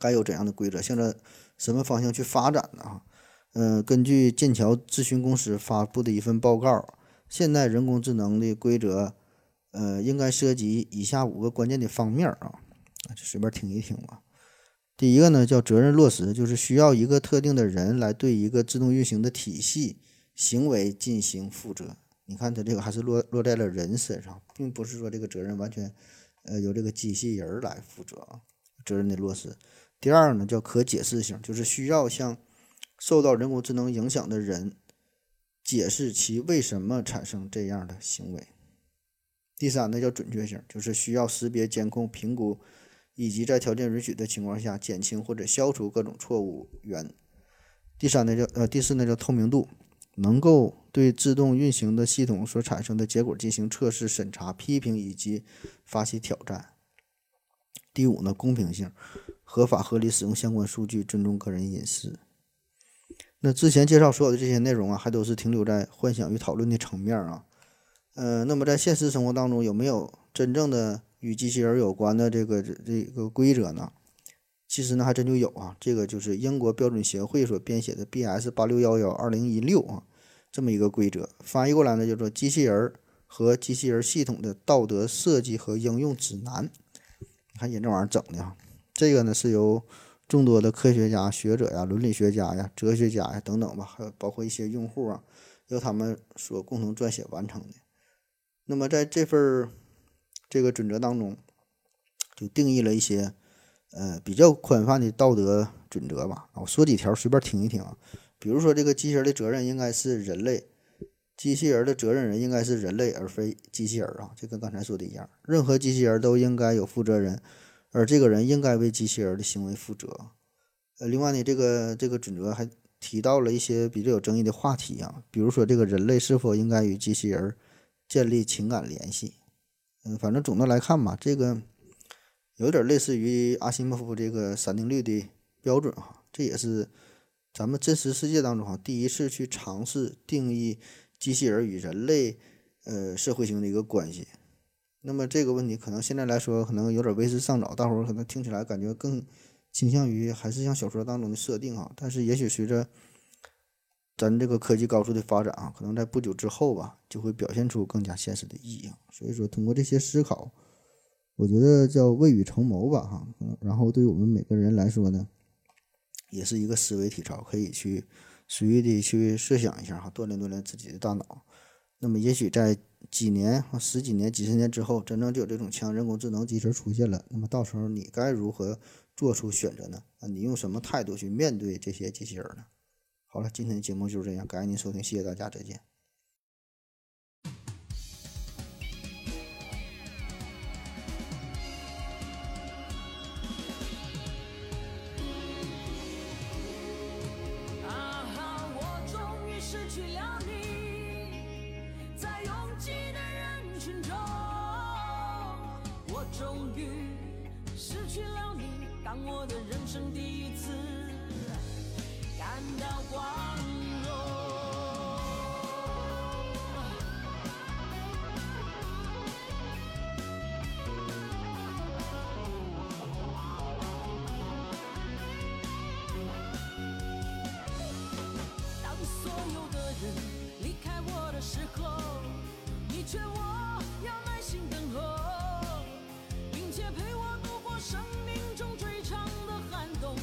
[SPEAKER 2] 该有怎样的规则，向着什么方向去发展呢？哈，呃，根据剑桥咨询公司发布的一份报告，现代人工智能的规则，呃，应该涉及以下五个关键的方面啊，就随便听一听吧。第一个呢叫责任落实，就是需要一个特定的人来对一个自动运行的体系行为进行负责。你看它这个还是落落在了人身上，并不是说这个责任完全呃由这个机器人来负责啊，责任的落实。第二呢叫可解释性，就是需要向受到人工智能影响的人解释其为什么产生这样的行为。第三呢叫准确性，就是需要识别、监控、评估以及在条件允许的情况下减轻或者消除各种错误源。第三呢叫呃第四呢叫透明度，能够对自动运行的系统所产生的结果进行测试、审查、批评以及发起挑战。第五呢公平性，合法合理使用相关数据，尊重个人隐私。那之前介绍所有的这些内容啊，还都是停留在幻想与讨论的层面啊。呃，那么在现实生活当中有没有真正的与机器人有关的这个这个规则呢？其实呢还真就有啊，这个就是英国标准协会所编写的 B S 八六一一 二零一六啊，这么一个规则，翻译过来呢叫做机器人和机器人系统的道德设计和应用指南。你看人这玩意儿整的啊，这个呢是由众多的科学家、学者呀、伦理学家呀、哲学家呀等等吧，还有包括一些用户啊，由他们所共同撰写完成的。那么在这份这个准则当中，就定义了一些呃比较宽泛的道德准则吧。我说几条随便听一听啊。比如说这个机器人的责任应该是人类，机器人的责任人应该是人类而非机器人啊，这跟刚才说的一样。任何机器人都应该有负责人，而这个人应该为机器人的行为负责。呃，另外呢，这个这个准则还提到了一些比较有争议的话题啊，比如说这个人类是否应该与机器人建立情感联系。嗯，反正总的来看吧，这个有点类似于阿西莫夫这个三定律的标准哈，这也是咱们真实世界当中哈第一次去尝试定义机器人与人类呃社会性的一个关系。那么这个问题可能现在来说可能有点为时尚早，大伙儿可能听起来感觉更倾向于还是像小说当中的设定哈，但是也许随着咱这个科技高速的发展啊，可能在不久之后吧，就会表现出更加现实的意义啊。所以说，通过这些思考，我觉得叫未雨绸缪吧，哈。然后对于我们每个人来说呢，也是一个思维体操，可以去随意的去设想一下哈，锻炼锻炼自己的大脑。那么，也许在几年、十几年、几十年之后，真正就有这种强人工智能机器人出现了。那么到时候你该如何做出选择呢？啊，你用什么态度去面对这些机器人呢？好了，今天的节目就是这样，感谢您收听，谢谢大家，再见。
[SPEAKER 5] 啊哈，我终于失去了你，在拥挤的人群中，我终于失去了你，当我的人生第一次感到光荣。当所有的人离开我的时候，你劝我要耐心等候，并且陪我度过生命中最长的寒冬。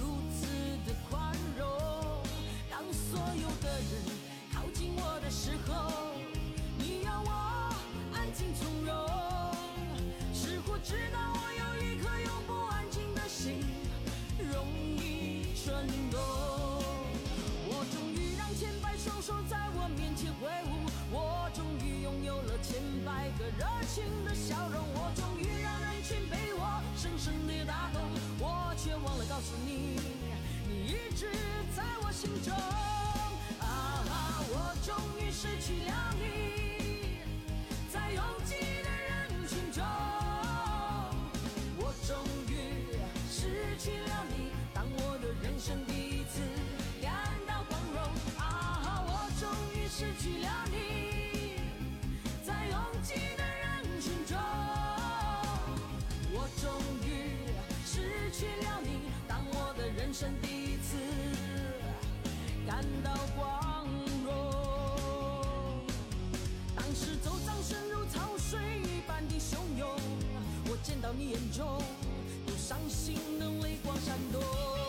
[SPEAKER 5] 所有的人靠近我的时候，你要我安静从容，似乎知道我有一颗永不安静的心，容易蠢动。我终于让千百双手在我面前挥舞，我终于拥有了千百个热情的笑容，我终于让人群被我深深地打动，我却忘了告诉你，你一直在我心中。我终于失去了你，在拥挤的人群中，我终于失去了你，当我的人生第一次感到光荣。啊，我终于失去了你，在拥挤的人群中，我终于失去了你，当深如潮水一般的汹涌，我见到你眼中有伤心的泪光闪动。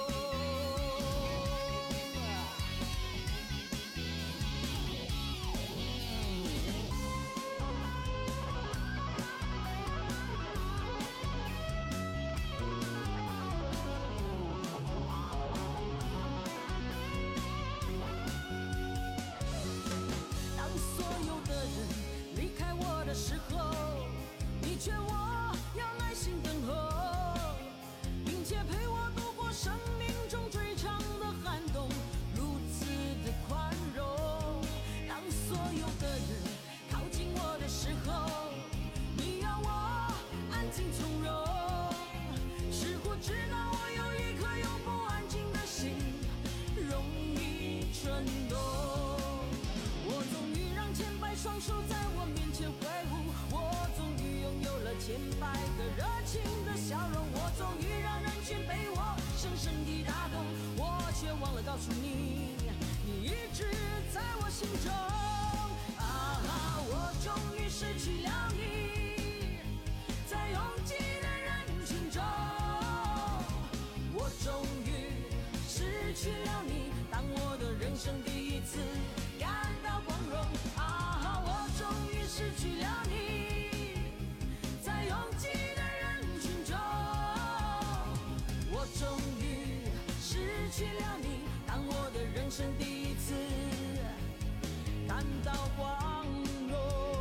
[SPEAKER 5] 的时候，你劝我要耐心等候，并且陪我度过生命中最长的寒冬，如此的宽容。当所有的人靠近我的时候，你要我安静从容，似乎知道我有一颗永不安静的心，容易蠢动。我终于让千百双手在我面前挥舞，我终于拥有了千百个热情的笑容，我终于让人群被我深深地打动，我却忘了告诉你，你一直在我心中。啊，我终于失去了你，在拥挤的人群中，我终于失去了你，当我的人生第一次感到光荣。啊，我终于失去了你，在拥挤的人群中，我终于失去了你，当我的人生第一次感到光荣。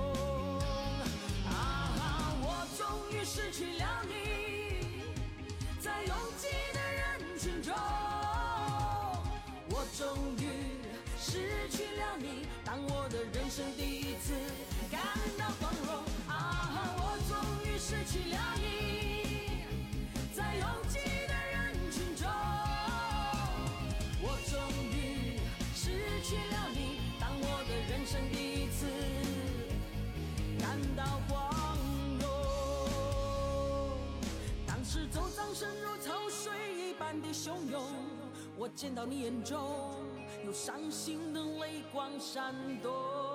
[SPEAKER 5] 啊，我终于失去了你，在拥挤的人群中，我终于失去了你，当我的人生第一次感到光荣。啊，我终于失去了你，在拥挤的人群中，我终于失去了你，当我的人生第一次感到光荣。当时周遭深如潮水一般的汹涌，我见到你眼中有伤心的泪光闪动。